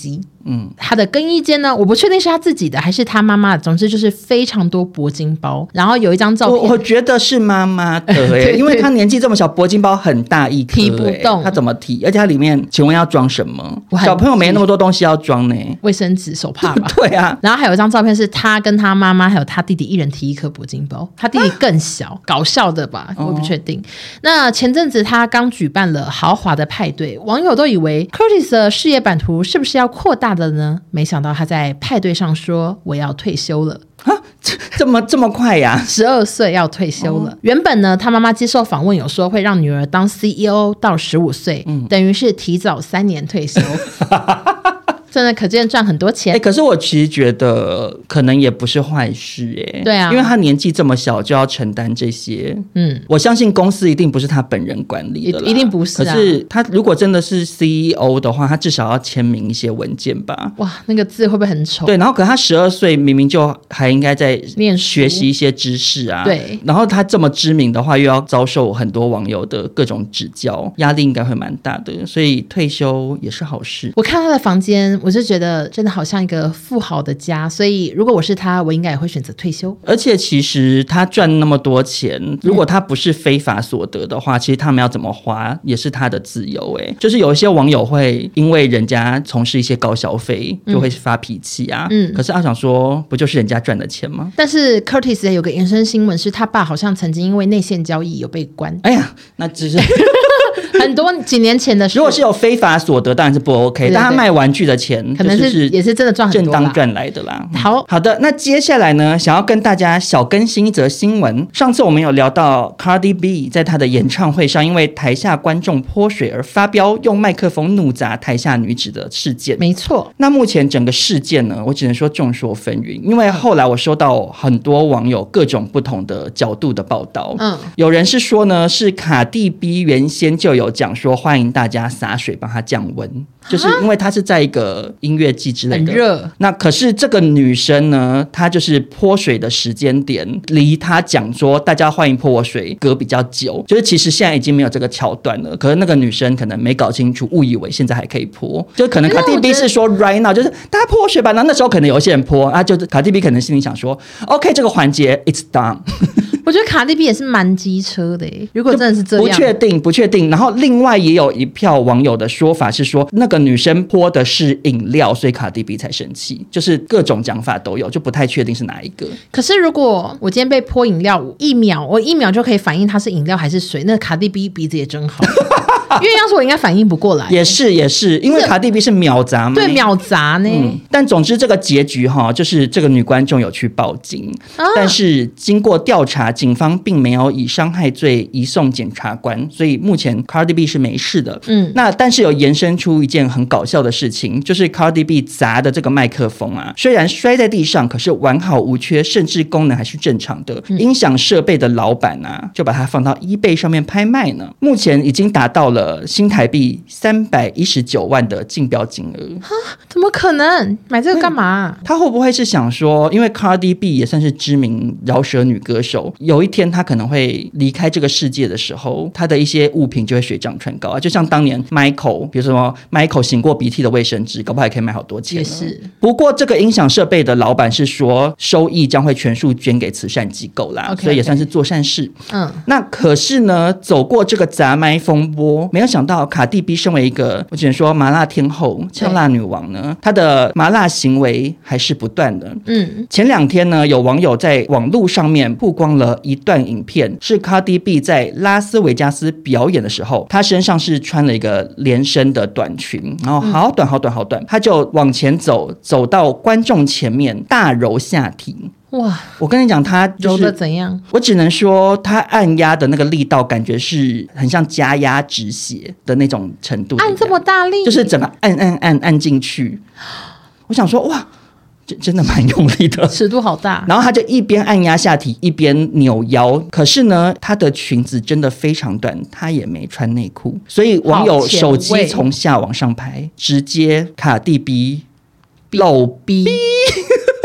嗯，他的更衣间呢，我不确定是他自己的还是他妈妈的，总之就是非常多铂金包，然后有一张照片， 我, 我觉得是妈妈的哎、欸，因为他年纪这么小，铂金包很大一颗、欸， 提不动， 他怎么提？而且它里面，请问要装什么？小朋友没那么多东西要装呢， 卫生纸、手帕吧。 对啊， 然后还有一张照片是他跟他妈妈还有他弟弟一人提一颗铂金包，他弟弟更小，啊、搞笑的吧？我不确定。哦、那前阵子他刚举办了豪华的派对，网友都以为 Curtis 的事业版图是不是要扩大的呢？没想到他在派对上说我要退休了。 啊，这么这么快呀！ 十二岁要退休了。哦、原本呢，他妈妈接受访问有说会让女儿当 C E O 到十五岁，嗯、等于是提早三年退休。真的可见赚很多钱、 欸、可是我其实觉得可能也不是坏事哎、欸， 对啊， 因为他年纪这么小就要承担这些，嗯，我相信公司一定不是他本人管理的啦， 一定不是、啊。 可是他如果真的是 C E O 的话，他至少要签名一些文件吧？ 哇，那个字会不会很丑？ 对，然后可是他十二岁明明就还应该在念学习一些知识啊， 对， 然后他这么知名的话，又要遭受很多网友的各种指教，压力应该会蛮大的，所以退休也是好事。 我看他的房间，我就觉得真的好像一个富豪的家，所以如果我是他，我应该也会选择退休。 而且其实他赚那么多钱，如果他不是非法所得的话，嗯、其实他们要怎么花也是他的自由、欸。就是有一些网友会因为人家从事一些高消费就会发脾气啊。嗯，可是他想说，不就是人家赚的钱吗？ 但是 Curtis 也有个延伸新闻，是他爸好像曾经因为内线交易有被关。 哎呀，那只是。 很多几年前的事， 如果是有非法所得，当然是不 OK。对对对，但他卖玩具的钱， 可能是、就是、也是真的赚很多啦， 正当赚来的啦。 好好的，那接下来呢，想要跟大家小更新一则新闻。上次我们有聊到 Cardi B 在她的演唱会上，因为台下观众泼水而发飙，用麦克风怒砸台下女子的事件。 没错。 那目前整个事件呢，我只能说众说纷纭，因为后来我收到很多网友各种不同的角度的报道。嗯，有人是说呢，是卡蒂 B 原先就有讲说欢迎大家洒水帮他降温，就是因为他是在一个音乐季之类的， 很热。 那可是这个女生呢，她就是泼水的时间点离她讲说大家欢迎泼我水隔比较久，就是其实现在已经没有这个桥段了。可是那个女生可能没搞清楚，误以为现在还可以泼，就可能卡蒂 B 是说 right now 就是大家泼我水吧，然后那时候可能有些人泼啊，就是卡蒂 B 可能心里想说 OK 这个环节 it's done。 我觉得卡蒂 B 也是蛮机车的耶，如果真的是这样， 不确定不确定。然后另外也有一票网友的说法是说，那个女生泼的是饮料，所以卡蒂 B 才生气，就是各种讲法都有，就不太确定是哪一个。 可是如果我今天被泼饮料，一秒我一秒就可以反应它是饮料还是水，那卡蒂 B 鼻子也真好。因为要是我应该反应不过来， 也是也是，因为卡蒂 B 是秒砸嘛， 对，秒砸呢、嗯。 但总之这个结局哈，就是这个女观众有去报警，啊、但是经过调查，警方并没有以伤害罪移送检察官，所以目前 Cardi B 是没事的。嗯，那但是有延伸出一件很搞笑的事情，就是 Cardi B 砸的这个麦克风啊，虽然摔在地上，可是完好无缺，甚至功能还是正常的。嗯、音响设备的老板啊，就把它放到 eBay 上面拍卖呢，目前已经达到了新台币三百一十九万的竞标金额。 怎么可能买这个干嘛、啊？ 他会不会是想说，因为 Cardi B 也算是知名饶舌女歌手，有一天他可能会离开这个世界的时候，他的一些物品就会水涨船高啊，就像当年 Michael， 比如说 Michael 擤过鼻涕的卫生纸，搞不好还可以卖好多钱。 也是。不过这个音响设备的老板是说，收益将会全数捐给慈善机构啦， okay, 所以也算是做善事。嗯，那可是呢，走过这个砸麦风波，没有想到卡蒂 B 身为一个我只能说麻辣天后、呛辣女王呢，她的麻辣行为还是不断的。嗯，前两天呢，有网友在网络上面曝光了一段影片，是卡蒂 B 在拉斯维加斯表演的时候，她身上是穿了一个连身的短裙，然后好短好短好短，她就往前走，走到观众前面大揉下体。哇！我跟你讲，他就是揉的怎样？ 我只能说，他按压的那个力道，感觉是很像加压止血的那种程度。 按这么大力， 就是整个按按按按进去。我想说，哇，真的蛮用力的， 尺度好大。 然后他就一边按压下体，一边扭腰。可是呢，她的裙子真的非常短，她也没穿内裤，所以网友手机从下往上拍，直接卡蒂 B 露 B。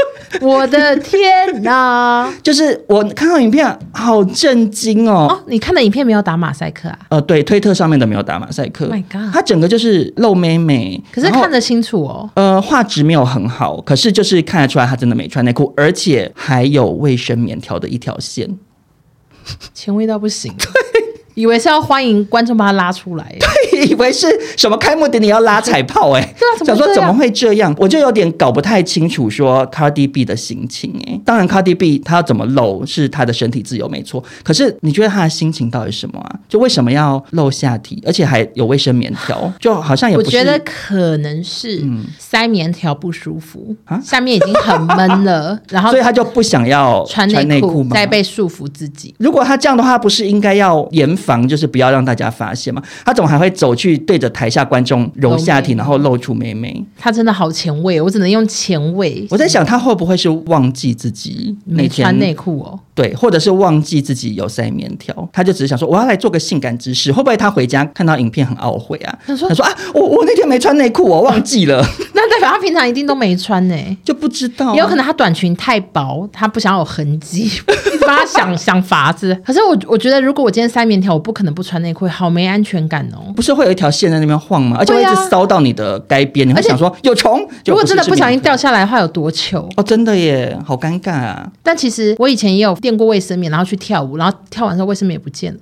我的天哪！ 就是我看到影片好震惊哦。 哦，你看的影片没有打马赛克啊？ 呃，对，推特上面的没有打马赛克。 Oh my god！ 它整个就是露妹妹， 可是看得清楚哦。 呃，画质没有很好，可是就是看得出来她真的没穿内裤，而且还有卫生棉条的一条线， 前卫到不行。对。以为是要欢迎观众把他拉出来， 对，以为是什么开幕典礼要拉彩炮哎、欸， 对啊， 想说怎么会这样？我就有点搞不太清楚说 Cardi B 的心情哎、欸。当然 Cardi B 他要怎么露是他的身体自由没错，可是你觉得他的心情到底是什么啊？就为什么要露下体，而且还有卫生棉条，就好像也不是。 我觉得可能是塞棉条不舒服，嗯、下面已经很闷了，然后所以他就不想要穿内裤， 再被束缚自己。 如果他这样的话，不是应该要严防，就是不要让大家发现吗？他怎么还会走去对着台下观众揉下体，然后露出妹妹？ 他真的好前卫，我只能用前卫。 我在想，他会不会是忘记自己那天穿内裤哦？ 对，或者是忘记自己有塞棉条，他就只是想说我要来做个性感姿势。会不会他回家看到影片很懊悔啊？他说：“他说啊，我我那天没穿内裤，我忘记了。” 那代表他平常一定都没穿呢、欸， 就不知道、啊。 也有可能他短裙太薄，他不想有痕迹，一直帮他想想法子。可是我我觉得，如果我今天塞棉条，我不可能不穿内裤，好没安全感哦。 不是会有一条线在那边晃吗？而且会一直搔到你的该边，你会想说有虫。 如果真的不小心掉下来的话，有多糗哦！真的耶，好尴尬啊。 但其实我以前也有垫过卫生棉，然后去跳舞，然后跳完之后卫生棉也不见了。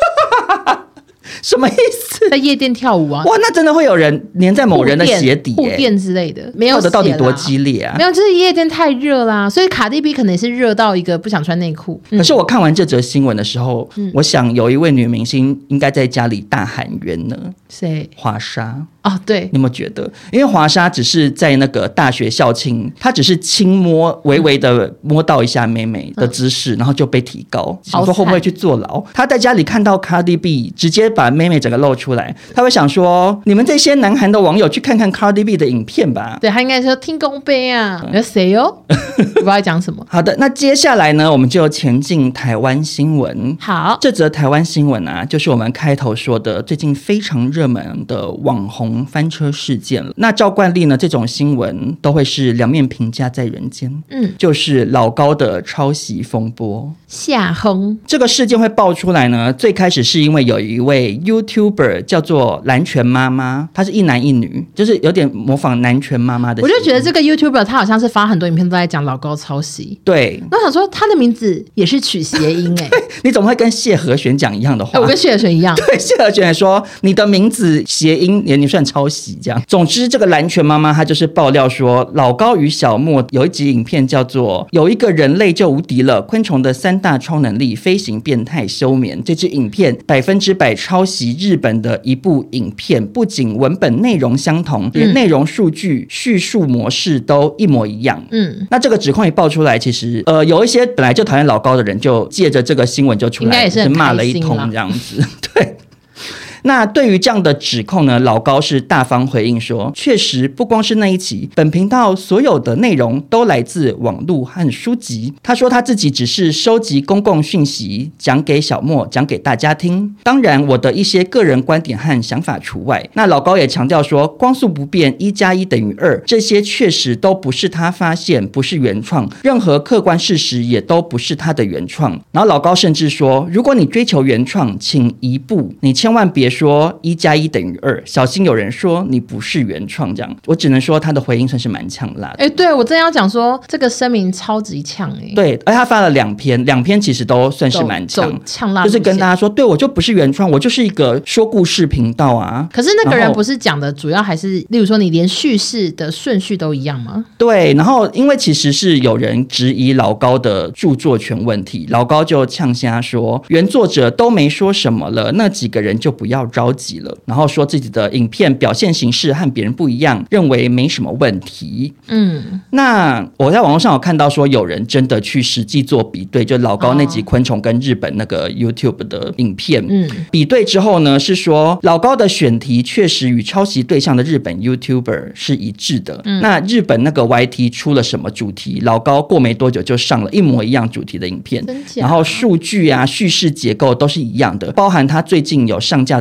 什么意思？ 在夜店跳舞啊！ 哇，那真的会有人粘在某人的鞋底、欸， 护垫之类的，没有。 跳的到底多激烈啊？ 没有，就是夜店太热啦，所以卡蒂 B 可能也是热到一个不想穿内裤。 嗯、可是我看完这则新闻的时候、嗯，我想有一位女明星应该在家里大喊冤呢。 谁？ 华莎。 哦，对， 你有没有觉得？因为华莎只是在那个大学校庆，她只是轻摸、微微的摸到一下妹妹的姿势、嗯，然后就被提告，想说会不会去坐牢？她在家里看到 Cardi B 直接把妹妹整个露出来，她会想说：你们这些南韩的网友去看看 Cardi B 的影片吧。 对，她应该说听公杯啊，你说谁哦？我不知道讲什么。 好的，那接下来呢，我们就前进台湾新闻。 好， 这则台湾新闻啊，就是我们开头说的最近非常热门的网红翻车事件了。那照惯例呢，这种新闻都会是两面评价在人间。嗯，就是老高的抄袭风波。 夏轰这个事件会爆出来呢，最开始是因为有一位 YouTuber 叫做蓝泉妈妈，她是一男一女，就是有点模仿南拳妈妈的。 我就觉得这个 YouTuber 他好像是发很多影片都在讲老高抄袭。 对， 那我想说他的名字也是取谐音哎、欸， 你怎么会跟谢和弦讲一样的话？ 欸、我跟谢和弦一样。 对，谢和弦说你的名字谐音也你算抄袭这样。总之，这个蓝泉妈妈她就是爆料说，老高与小莫有一集影片叫做有一个人类就无敌了，昆虫的三大超能力：飞行、变态、休眠。这支影片百分之百抄袭日本的一部影片，不仅文本内容相同，连内容数据、叙述模式都一模一样。嗯，那这个指控一爆出来，其实呃有一些本来就讨厌老高的人，就借着这个新闻就出来， 应该也是骂了一通这样子。对。那对于这样的指控呢，老高是大方回应说，确实不光是那一期，本频道所有的内容都来自网络和书籍。他说他自己只是收集公共讯息，讲给小莫，讲给大家听。当然我的一些个人观点和想法除外。那老高也强调说，光速不变，一加一等于二，这些确实都不是他发现，不是原创，任何客观事实也都不是他的原创。然后老高甚至说，如果你追求原创，请移步，你千万别说一加一等于二，小心有人说你不是原创。这样，我只能说他的回应算是蛮呛辣的。 哎、欸，对我正要讲说这个声明超级呛哎、欸。 对，而他发了两篇，两篇其实都算是蛮呛， 呛辣， 就是跟大家说，对我就不是原创，我就是一个说故事频道啊。 可是那个人不是讲的主要还是，例如说你连叙事的顺序都一样吗？ 对，然后因为其实是有人质疑老高的著作权问题，老高就呛瞎说，原作者都没说什么了，那几个人就不要着急了，然后说自己的影片表现形式和别人不一样，认为没什么问题。嗯，那我在网络上有看到说有人真的去实际做比对，就老高那集昆虫跟日本那个 YouTube 的影片，嗯，比对之后呢，是说老高的选题确实与抄袭对象的日本 YouTuber 是一致的。嗯，那日本那个 Y T 出了什么主题，老高过没多久就上了一模一样主题的影片，然后数据啊、叙事结构都是一样的，包含他最近有上架的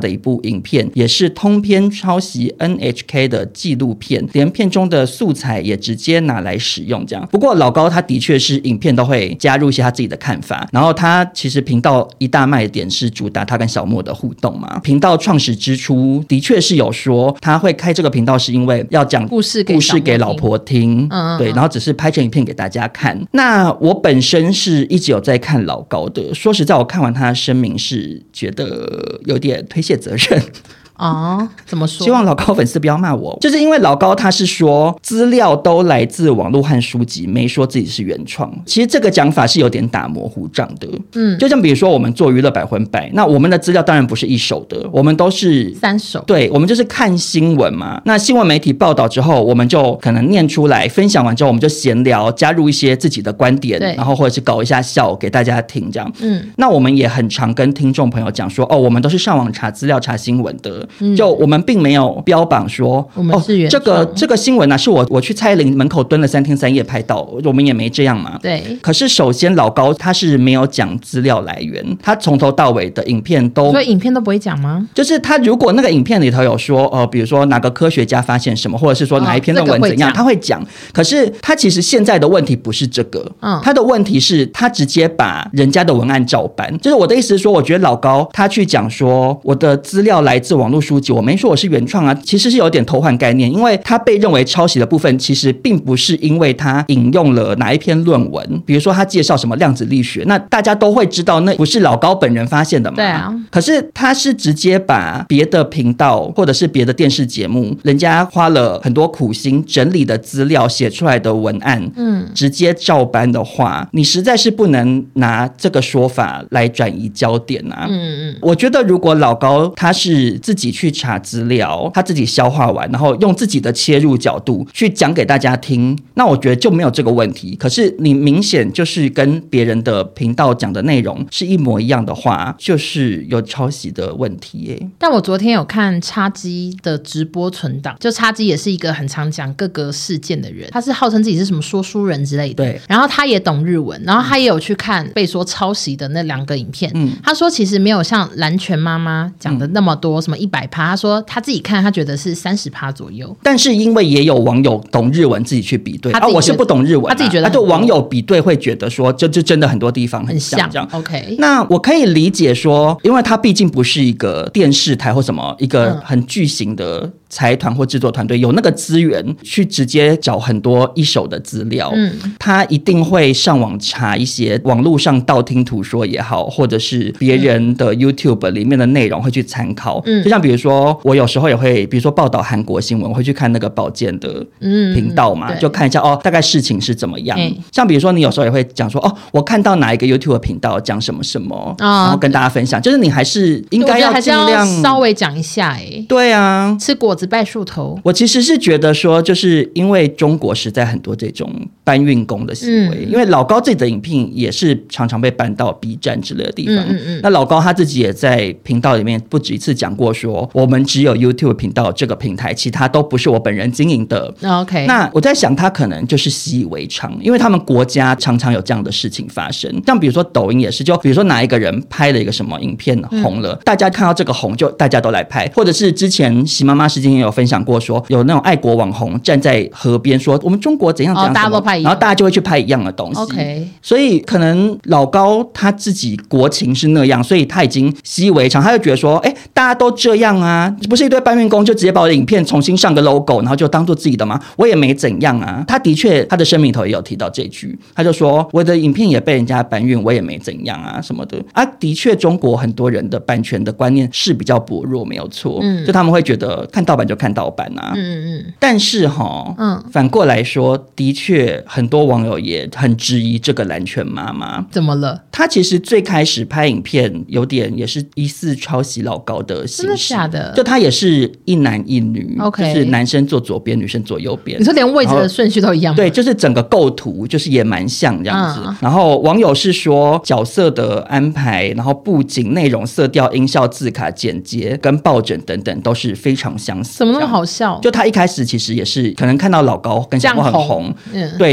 的一部影片，也是通篇抄袭 N H K 的纪录片，连片中的素材也直接拿来使用这样。不过老高他的确是影片都会加入一些他自己的看法，然后他其实频道一大卖点是主打他跟小莫的互动嘛。频道创始之初的确是有说他会开这个频道是因为要讲故事给故事给老婆听，嗯、对，然后只是拍成影片给大家看。那我本身是一直有在看老高的，说实在我看完他的声明是觉得有点推卸责任。 哦，怎么说？ 希望老高粉丝不要骂我，就是因为老高他是说资料都来自网络和书籍，没说自己是原创。其实这个讲法是有点打模糊仗的。嗯，就像比如说我们做娱乐百分百，那我们的资料当然不是一手的，我们都是三手。 对，我们就是看新闻嘛。那新闻媒体报道之后，我们就可能念出来，分享完之后，我们就闲聊，加入一些自己的观点，然后或者是搞一下笑给大家听这样。嗯，那我们也很常跟听众朋友讲说，哦，我们都是上网查资料、查新闻的。就我们并没有标榜说我们是原创、哦、这个这个新闻啊是我我去蔡依林门口蹲了三天三夜拍到，我们也没这样嘛。 对。 可是首先老高他是没有讲资料来源，他从头到尾的影片都， 所以影片都不会讲吗？ 就是他如果那个影片里头有说呃，比如说哪个科学家发现什么，或者是说哪一篇论文怎样，哦这个、他会讲。可是他其实现在的问题不是这个，嗯，他的问题是他直接把人家的文案照搬。就是我的意思是说，我觉得老高他去讲说我的资料来自网络书籍，我没说我是原创啊，其实是有点偷换概念，因为他被认为抄袭的部分其实并不是因为他引用了哪一篇论文，比如说他介绍什么量子力学，那大家都会知道那不是老高本人发现的嘛。 对啊。 可是他是直接把别的频道或者是别的电视节目，人家花了很多苦心整理的资料写出来的文案，嗯，直接照搬的话，你实在是不能拿这个说法来转移焦点啊。嗯嗯。我觉得如果老高他是自己去查资料，他自己消化完，然后用自己的切入角度去讲给大家听，那我觉得就没有这个问题。可是你明显就是跟别人的频道讲的内容是一模一样的话，就是有抄袭的问题耶。 但我昨天有看叉鸡的直播存档，就叉鸡也是一个很常讲各个事件的人，他是号称自己是什么说书人之类的， 对。 然后他也懂日文，然后他也有去看被说抄袭的那两个影片，嗯，他说其实没有像蓝泉妈妈讲的那么多，嗯、什么一百趴，他说他自己看他觉得是三十趴左右。 但是因为也有网友懂日文自己去比对，啊，我是不懂日文、啊， 他自己觉得， 他就网友比对会觉得说，就就真的很多地方很像这样。 OK， 那我可以理解说，因为他毕竟不是一个电视台或什么一个很巨型的财团或制作团队，有那个资源去直接找很多一手的资料，嗯，他一定会上网查一些网络上道听途说也好，或者是别人的 YouTube 里面的内容会去参考。嗯，就像比如说我有时候也会，比如说报道韩国新闻，我会去看那个保健的频道嘛，嗯、就看一下哦，大概事情是怎么样。像比如说你有时候也会讲说，哦，我看到哪一个 YouTube 频道讲什么什么，哦、然后跟大家分享，就是你还是应该要尽量稍微讲一下、欸。 对啊， 吃果子拜树头。 我其实是觉得说，就是因为中国实在很多这种搬运工的行为，嗯、因为老高自己的影片也是常常被搬到 B 站之类的地方。嗯嗯嗯，那老高他自己也在频道里面不止一次讲过说，我们只有 YouTube 频道这个平台，其他都不是我本人经营的。 OK， 那我在想他可能就是习以为常，因为他们国家常常有这样的事情发生。像比如说抖音也是，就比如说哪一个人拍了一个什么影片红了，嗯、大家看到这个红就大家都来拍，或者是之前习妈妈时间也有分享过说，有那种爱国网红站在河边说我们中国怎样怎样，哦、大家都拍一样，然后大家就会去拍一样的东西。 OK， 所以可能老高他自己国情是那样，所以他已经习以为常，他就觉得说，哎，大家都这样啊，不是一堆搬运工就直接把我的影片重新上个 logo， 然后就当做自己的吗？我也没怎样啊。他的确他的声明头也有提到这句，他就说我的影片也被人家搬运，我也没怎样啊什么的啊。的确中国很多人的版权的观念是比较薄弱，没有错，嗯，就他们会觉得看盗版就看盗版啊，嗯嗯。但是哈，嗯，反过来说，的确很多网友也很质疑这个蓝泉妈妈怎么了？ 他其实最开始拍影片有点也是疑似抄袭老高的形式，真的假的？就他也是一男一女 ，OK， 就是男生坐左边，女生坐右边。 你说连位置的顺序都一样吗？ 对，就是整个构图就是也蛮像这样子。嗯、然后网友是说角色的安排，然后布景、内容、色调、音效、字卡、剪接跟抱枕等等都是非常相似。 怎么那么好笑？ 就他一开始其实也是可能看到老高跟小莫很红，嗯，对，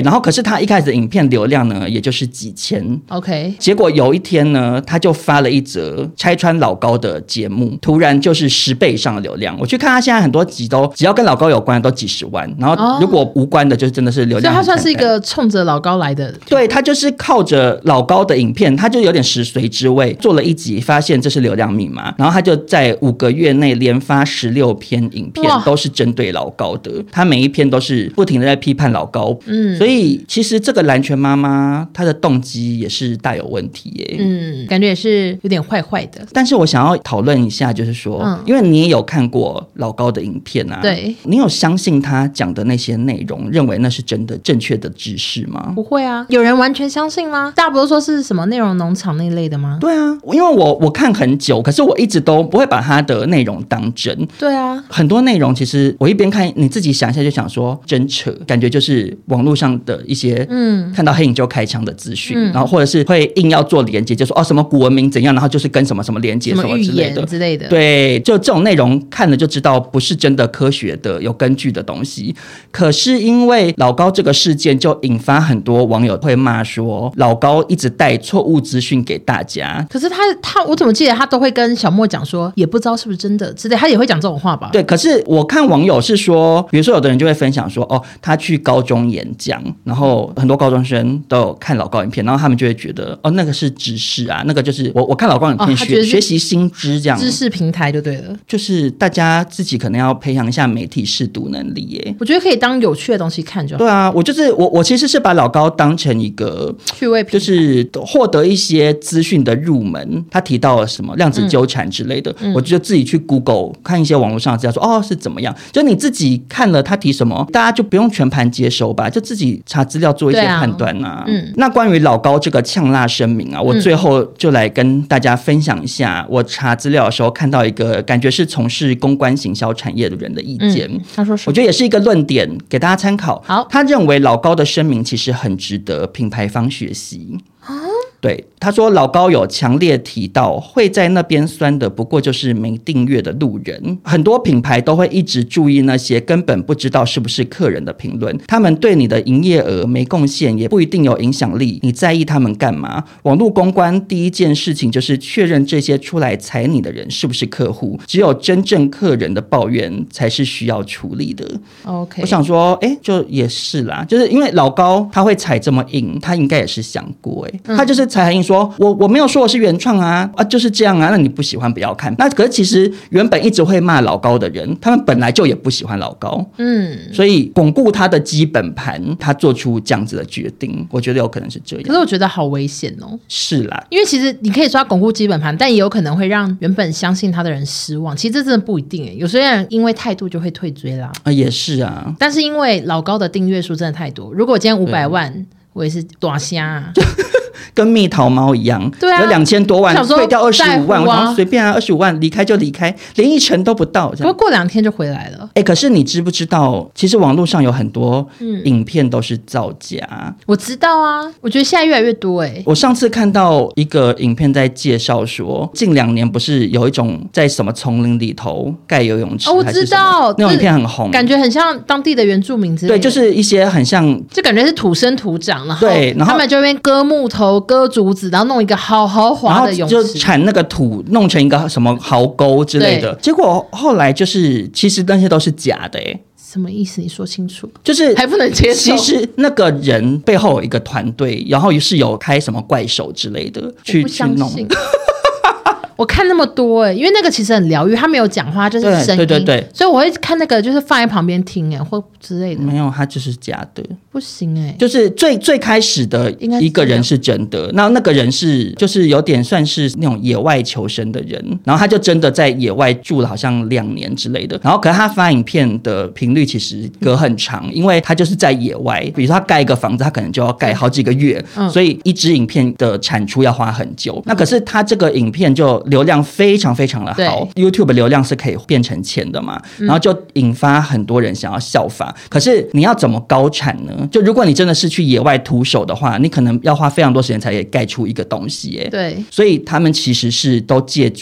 然后可是他一开始的影片流量呢也就是几千 OK， 结果有一天呢他就发了一则拆穿老高的节目，突然就是十倍以上的流量。我去看他现在很多集都只要跟老高有关的都几十万，然后如果无关的就真的是流量很惨淡。 所以他算是一个冲着老高来的。 对，他就是靠着老高的影片，他就有点食髓知味，做了一集发现这是流量密码，然后他就在五个月内连发十六篇影片都是针对老高的，他每一篇都是不停的在批判老高。嗯，所以其实这个蓝泉妈妈她的动机也是大有问题耶。 嗯，感觉也是有点坏坏的。 但是我想要讨论一下，就是说、嗯、因为你也有看过老高的影片啊， 对， 你有相信他讲的那些内容，认为那是真的正确的知识吗？ 不会啊，有人完全相信吗？大家不是说是什么内容农场那一类的吗？ 对啊，因为我我看很久，可是我一直都不会把他的内容当真。 对啊， 很多内容其实我一边看，你自己想一下就想说真扯，感觉就是网络上的一些嗯，看到黑影就开枪的资讯、嗯，然后或者是会硬要做连结，就说哦什么古文明怎样，然后就是跟什么什么连结什么之类的之类的。 对，就这种内容看了就知道不是真的科学的有根据的东西。可是因为老高这个事件，就引发很多网友会骂说老高一直带错误资讯给大家。 可是他他我怎么记得他都会跟小莫讲说也不知道是不是真的之类，他也会讲这种话吧？ 对，可是我看网友是说，比如说有的人就会分享说哦，他去高中演讲，然后很多高中生都有看老高影片，然后他们就会觉得哦那个是知识啊，那个就是我我看老高影片、哦、学学习新知这样， 知识平台就对了， 就是大家自己可能要培养一下媒体识读能力耶。 我觉得可以当有趣的东西看就好。 对啊，我就是我我其实是把老高当成一个趣味平台， 就是获得一些资讯的入门。他提到了什么量子纠缠之类的、嗯、我就自己去 Google 看一些网络上的资料，说哦是怎么样，就你自己看了他提什么，大家就不用全盘接收吧，就自己查资料做一些判断啊。嗯，那关于老高这个呛辣声明啊，我最后就来跟大家分享一下我查资料的时候看到一个感觉是从事公关行销产业的人的意见、嗯、 他说什么？ 我觉得也是一个论点给大家参考。 好， 他认为老高的声明其实很值得品牌方学习。对，他说老高有强烈提到会在那边酸的不过就是没订阅的路人，很多品牌都会一直注意那些根本不知道是不是客人的评论，他们对你的营业额没贡献也不一定有影响力，你在意他们干嘛？网络公关第一件事情就是确认这些出来踩你的人是不是客户，只有真正客人的抱怨才是需要处理的。 OK， 我想说哎，就也是啦，就是因为老高他会踩这么硬，他应该也是想过哎、嗯，他就是踩很硬说我我没有说我是原创啊啊就是这样啊，那你不喜欢不要看。那可是其实原本一直会骂老高的人，他们本来就也不喜欢老高，嗯，所以巩固他的基本盘，他做出这样子的决定，我觉得有可能是这样。 可是我觉得好危险哦。 是啦， 因为其实你可以说他巩固基本盘，但也有可能会让原本相信他的人失望。其实这真的不一定耶，有些人因为态度就会退追啦。 啊，也是啊。 但是因为老高的订阅数真的太多，如果今天五百万，我也是大虾啊。 跟蜜桃猫一样，对啊，有两千多万，退掉二十五万，我想随便啊，二十五万离开就离开，连一成都不到。不过过两天就回来了。 哎、欸，可是你知不知道，其实网络上有很多影片都是造假。嗯、 我知道啊，我觉得现在越来越多哎、欸。 我上次看到一个影片在介绍说，近两年不是有一种在什么丛林里头盖游泳池， 哦，我知道， 那种影片很红， 感觉很像当地的原住民之类的。 对，就是一些很像， 就感觉是土生土长，然后对，然后他们就会割木头、割竹子，然后弄一个好豪华的泳池， 然后就铲那个土，弄成一个什么壕沟之类的。结果后来就是，其实那些都是假的、欸， 什么意思？你说清楚。 就是还不能接受。 其实那个人背后有一个团队，然后是有开什么怪手之类的去去弄。 我看那么多哎、欸，因为那个其实很疗愈，他没有讲话，就是声音， 对对对对， 所以我会看那个，就是放在旁边听哎、欸，或之类的。 没有，他就是假的， 不行哎、欸。 就是最最开始的一个人是真的，那那个人是就是有点算是那种野外求生的人，然后他就真的在野外住了好像两年之类的，然后可是他发影片的频率其实隔很长，因为他就是在野外，比如说他盖一个房子，他可能就要盖好几个月，嗯、所以一支影片的产出要花很久。那可是他这个影片就流量非常非常的好 ，YouTube 流量是可以变成钱的嘛，然后就引发很多人想要效法。可是你要怎么高产呢？就如果你真的是去野外徒手的话，你可能要花非常多时间才可以盖出一个东西耶。 对， 所以他们其实是都借助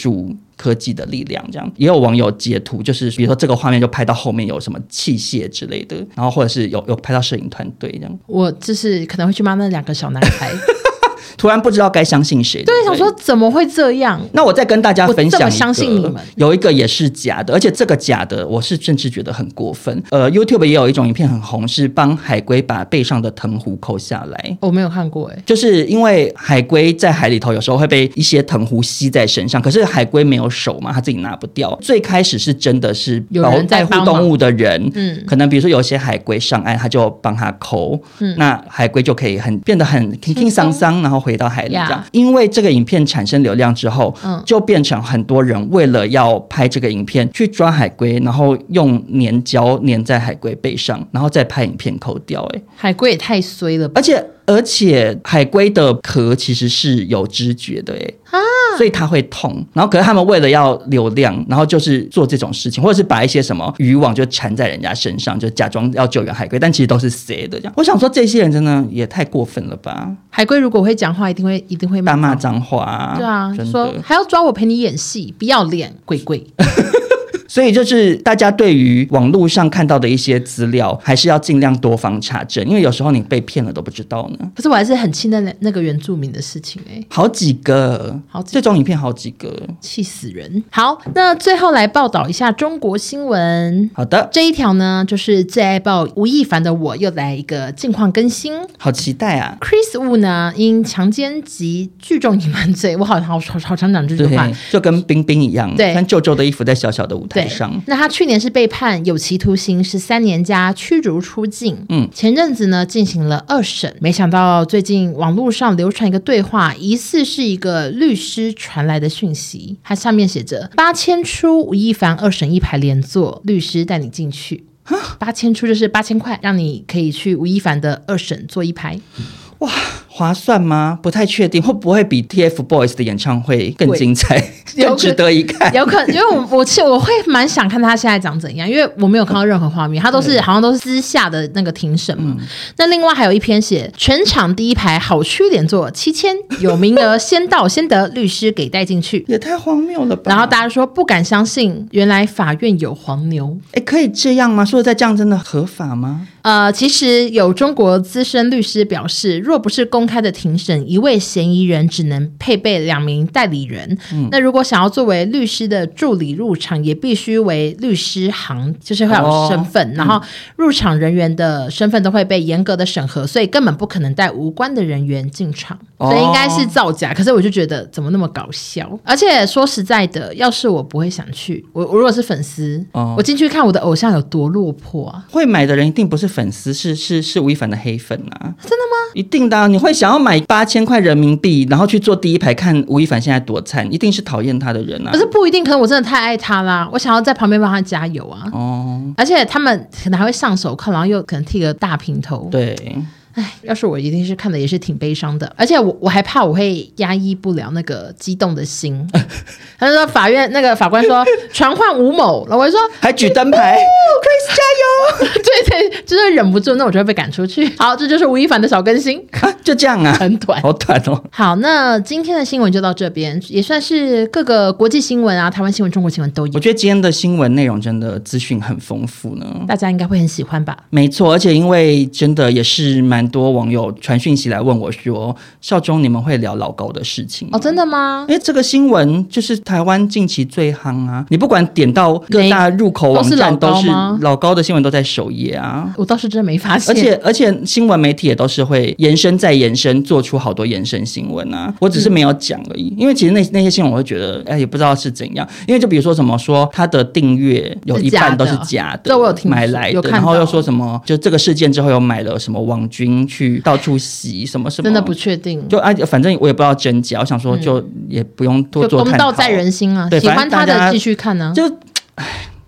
科技的力量这样。也有网友截图，就是比如说这个画面就拍到后面有什么器械之类的，然后或者是有有拍到摄影团队这样。 我就是可能会去骂那两个小男孩突然不知道该相信谁。 对，想说怎么会这样？ 那我再跟大家分享一个，我这么相信你们， 有一个也是假的，而且这个假的我是甚至觉得很过分。呃 YouTube 也有一种影片很红，是帮海龟把背上的藤壶抠下来。 我没有看过。欸， 就是因为海龟在海里头有时候会被一些藤壶吸在身上，可是海龟没有手嘛，它自己拿不掉。最开始是真的是有人在爱护动物的人， 嗯， 可能比如说有些海龟上岸，他就帮他抠，嗯，那海龟就可以很变得很轻轻桑桑，然后回到海里这样。Yeah. 因为这个影片产生流量之后，嗯，就变成很多人为了要拍这个影片去抓海龟，然后用粘胶粘在海龟背上，然后再拍影片抠掉。欸， 海龟也太衰了吧。 而且而且海龟的壳其实是有知觉的。欸，啊，所以它会痛。然后可是他们为了要流量，然后就是做这种事情，或者是把一些什么渔网就缠在人家身上，就假装要救援海龟，但其实都是谁的这样。我想说这些人真的也太过分了吧。 海龟如果会讲话一定会一定会大骂脏话。啊， 对啊，说还要抓我陪你演戏，不要脸，鬼鬼。 所以就是大家对于网络上看到的一些资料，还是要尽量多方查证，因为有时候你被骗了都不知道呢。 可是我还是很气那那个原住民的事情。欸， 好几个，好几个这种影片好几个， 气死人。好，那最后来报道一下中国新闻。 好的， 这一条呢，就是最爱报吴亦凡的我又来一个近况更新， 好期待啊。 Chris Wu 呢因强奸及聚众隐瞒罪，我好好好好常讲这句话， 就跟冰冰一样，对，穿皱皱的衣服在小小的舞台。 那他去年是被判有期徒刑十三年加驱逐出境。嗯，前阵子呢进行了二审，没想到最近网络上流传一个对话，疑似是一个律师传来的讯息，它上面写着八千出吴亦凡二审一排连坐，律师带你进去。八千出就是八千块，让你可以去吴亦凡的二审坐一排。 哇，划算吗？不太确定，会不会比 T F Boys 的演唱会更精彩，更值得一看？ 有可能，因为我我其实我会蛮想看他现在长怎样，因为我没有看到任何画面，他都是好像都是私下的那个庭审嘛。嗯、那另外还有一篇写全场第一排好区连坐七千，有名额先到先得，律师给带进去， 也太荒谬了吧！ 然后大家说不敢相信，原来法院有黄牛。 哎，可以这样吗？说实在，这样真的合法吗？ 呃，其实有中国资深律师表示，若不是公开的庭审，一位嫌疑人只能配备两名代理人。嗯、那如果想要作为律师的助理入场，也必须为律师行，就是会有身份，哦、然后入场人员的身份都会被严格的审核，所以根本不可能带无关的人员进场，哦、所以应该是造假。可是我就觉得怎么那么搞笑？而且说实在的，要是我不会想去，我我如果是粉丝，哦、我进去看我的偶像有多落魄啊！ 会买的人一定不是粉丝，是是是吴亦凡的黑粉啊！ 真的吗？ 一定的、啊，你会想要买八千块人民币，然后去坐第一排看吴亦凡现在多惨，一定是讨厌他的人啊！ 可是不一定，可能我真的太爱他啦，我想要在旁边帮他加油啊！哦，而且他们可能还会上手铐，然后又可能剃个大平头， 对。 哎，要是我一定是看的也是挺悲伤的，而且我我还怕我会压抑不了那个激动的心。他说法院那个法官说传唤吴某，然后我就说还举灯牌 ，Chris 加油！ 对对，就是忍不住，那我就会被赶出去。好，这就是吴亦凡的小更新， 啊、就这样啊， 很短， 好短哦。 好，那今天的新闻就到这边，也算是各个国际新闻啊、台湾新闻、中国新闻都有。 我觉得今天的新闻内容真的资讯很丰富呢， 大家应该会很喜欢吧？ 没错，而且因为真的也是蛮。很多网友传讯息来问我说，少中你们会聊老高的事情吗？ 哦，真的吗？ 因为这个新闻就是台湾近期最夯啊，你不管点到各大入口网站都是老高的新闻都在首页啊。 我倒是真的没发现， 而且而且新闻媒体也都是会延伸再延伸，做出好多延伸新闻啊。我只是没有讲而已，嗯、因为其实那那些新闻我会觉得，哎，也不知道是怎样。因为就比如说什么说他的订阅有一半都是假的， 这我有听买来的，然后又说什么就这个事件之后又买了什么网军。去到处洗什么什么， 真的不确定。 就啊，反正我也不知道真假，我想说就也不用多做探讨。 就公道在人心啊，对，喜欢他的继续看呢、啊。 就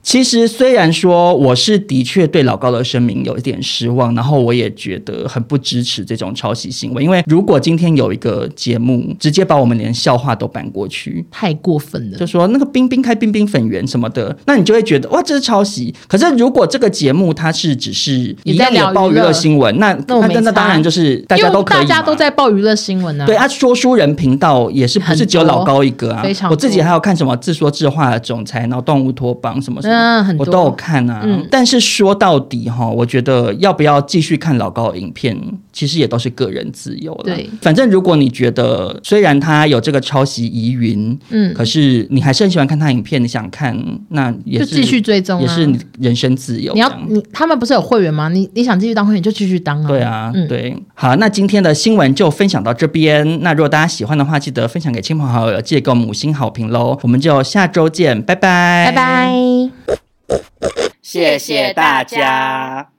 其实虽然说我是的确对老高的声明有一点失望，然后我也觉得很不支持这种抄袭行为，因为如果今天有一个节目直接把我们连笑话都搬过去， 太过分了， 就说那个冰冰开冰冰粉圆什么的，那你就会觉得哇这是抄袭。可是如果这个节目它是只是一样有报娱乐新闻，那那那当然就是大家都可以嘛， 大家都在报娱乐新闻啊。 对啊，说书人频道也是不是只有老高一个啊？我自己还有看什么自说自话的总裁，然后动物托邦什么什么。嗯、我都有看啊、嗯、但是说到底我觉得要不要继续看老高的影片其实也都是个人自由了。对，反正如果你觉得虽然他有这个抄袭疑云，嗯，可是你还是很喜欢看他影片，你想看那也是就继续追踪、啊、 也是你人身自由。 你要你他们不是有会员吗？你你想继续当会员就继续当啊。 对啊、嗯、对。好，那今天的新闻就分享到这边，那如果大家喜欢的话记得分享给亲朋好友，记得给我们五星好评咯。我们就下周见，拜拜拜拜， 谢谢大家。